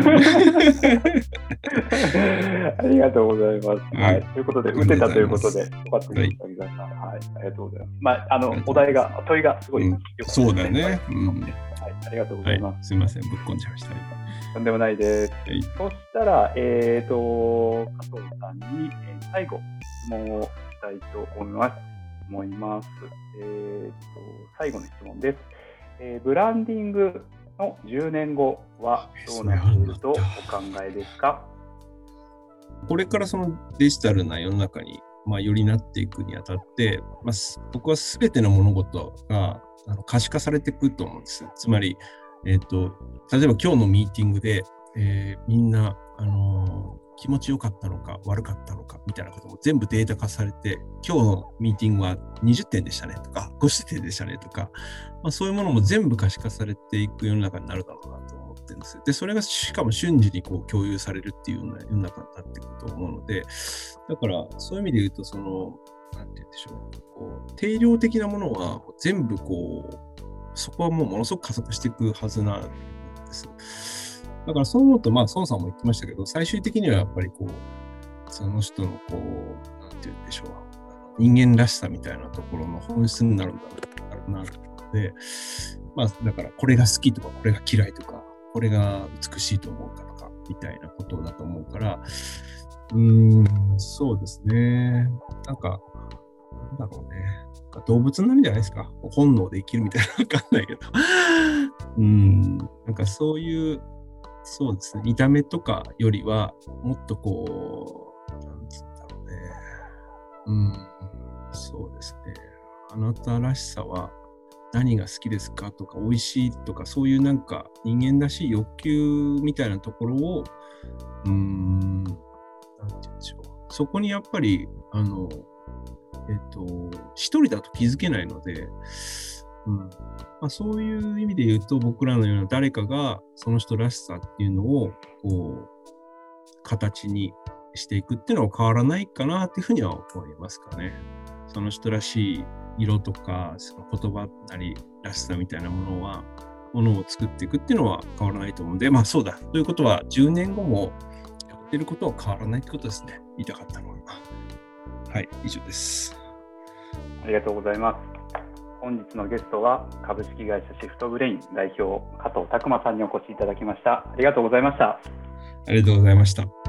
ありがとうございます。はい。ということで、打てたということで、よかったです。はい。ありがとうございます。まあ、あの、お題が、問いがすごい良かったです。 そうだね。うん。 はい。ありがとうございます。 すみません、ぶっこんじゃいました。 とんでもないです。はい、そしたら、えーと、加藤さんに、えー、最後、質問をしたいと思います。思います。えーと、最後の質問です。えー、ブランディングのじゅうねんごはどうなっているとお考えですか？ これからそのデジタルな世の中に、まあ、よりなっていくにあたって、まあ、僕はすべての物事があの可視化されていくと思うんです。つまり、えーと、例えば今日のミーティングで、えー、みんな、あのー、気持ちよかったのか悪かったのかみたいなことも全部データ化されて、今日のミーティングはにじゅってんでしたねとかごじゅってんでしたねとか、まあ、そういうものも全部可視化されていく世の中になるだろうなと思ってるんです。で、それがしかも瞬時にこう共有されるっていうような世の中になっていくと思うので、だからそういう意味で言うと、そのなんて言うんでしょう、こう定量的なものは全部こうそこはもうものすごく加速していくはずなんです。だからそう思うと、まあ、孫さんも言ってましたけど、最終的にはやっぱりこう、その人のこう、なんて言うんでしょう、人間らしさみたいなところの本質になるんだろうなので、まあ、だからこれが好きとか、これが嫌いとか、これが美しいと思うかとか、みたいなことだと思うから、うーん、そうですね。なんか、なんだろうね。動物になるんじゃないですか。本能で生きるみたいなわかんないけど。うん。なんかそういう、そうですね。見た目とかよりは、もっとこう、なんつうんだろうね。うん。そうですね。あなたらしさは何が好きですかとか、美味しいとか、そういうなんか人間らしい欲求みたいなところを、うーん、なんて言うんでしょう。そこにやっぱり、あの、えっと、一人だと気づけないので、うんまあ、そういう意味で言うと、僕らのような誰かがその人らしさっていうのをこう形にしていくっていうのは変わらないかなっていうふうには思いますかね。その人らしい色とか、その言葉なりらしさみたいなものは、ものを作っていくっていうのは変わらないと思うんで、まあそうだ。ということは、じゅうねんごもやってることは変わらないってことですね。言いたかったのは。はい、以上です。 ありがとうございます。本日のゲストは株式会社シフトブレイン代表加藤拓磨さんにお越しいただきました。ありがとうございました。 ありがとうございました。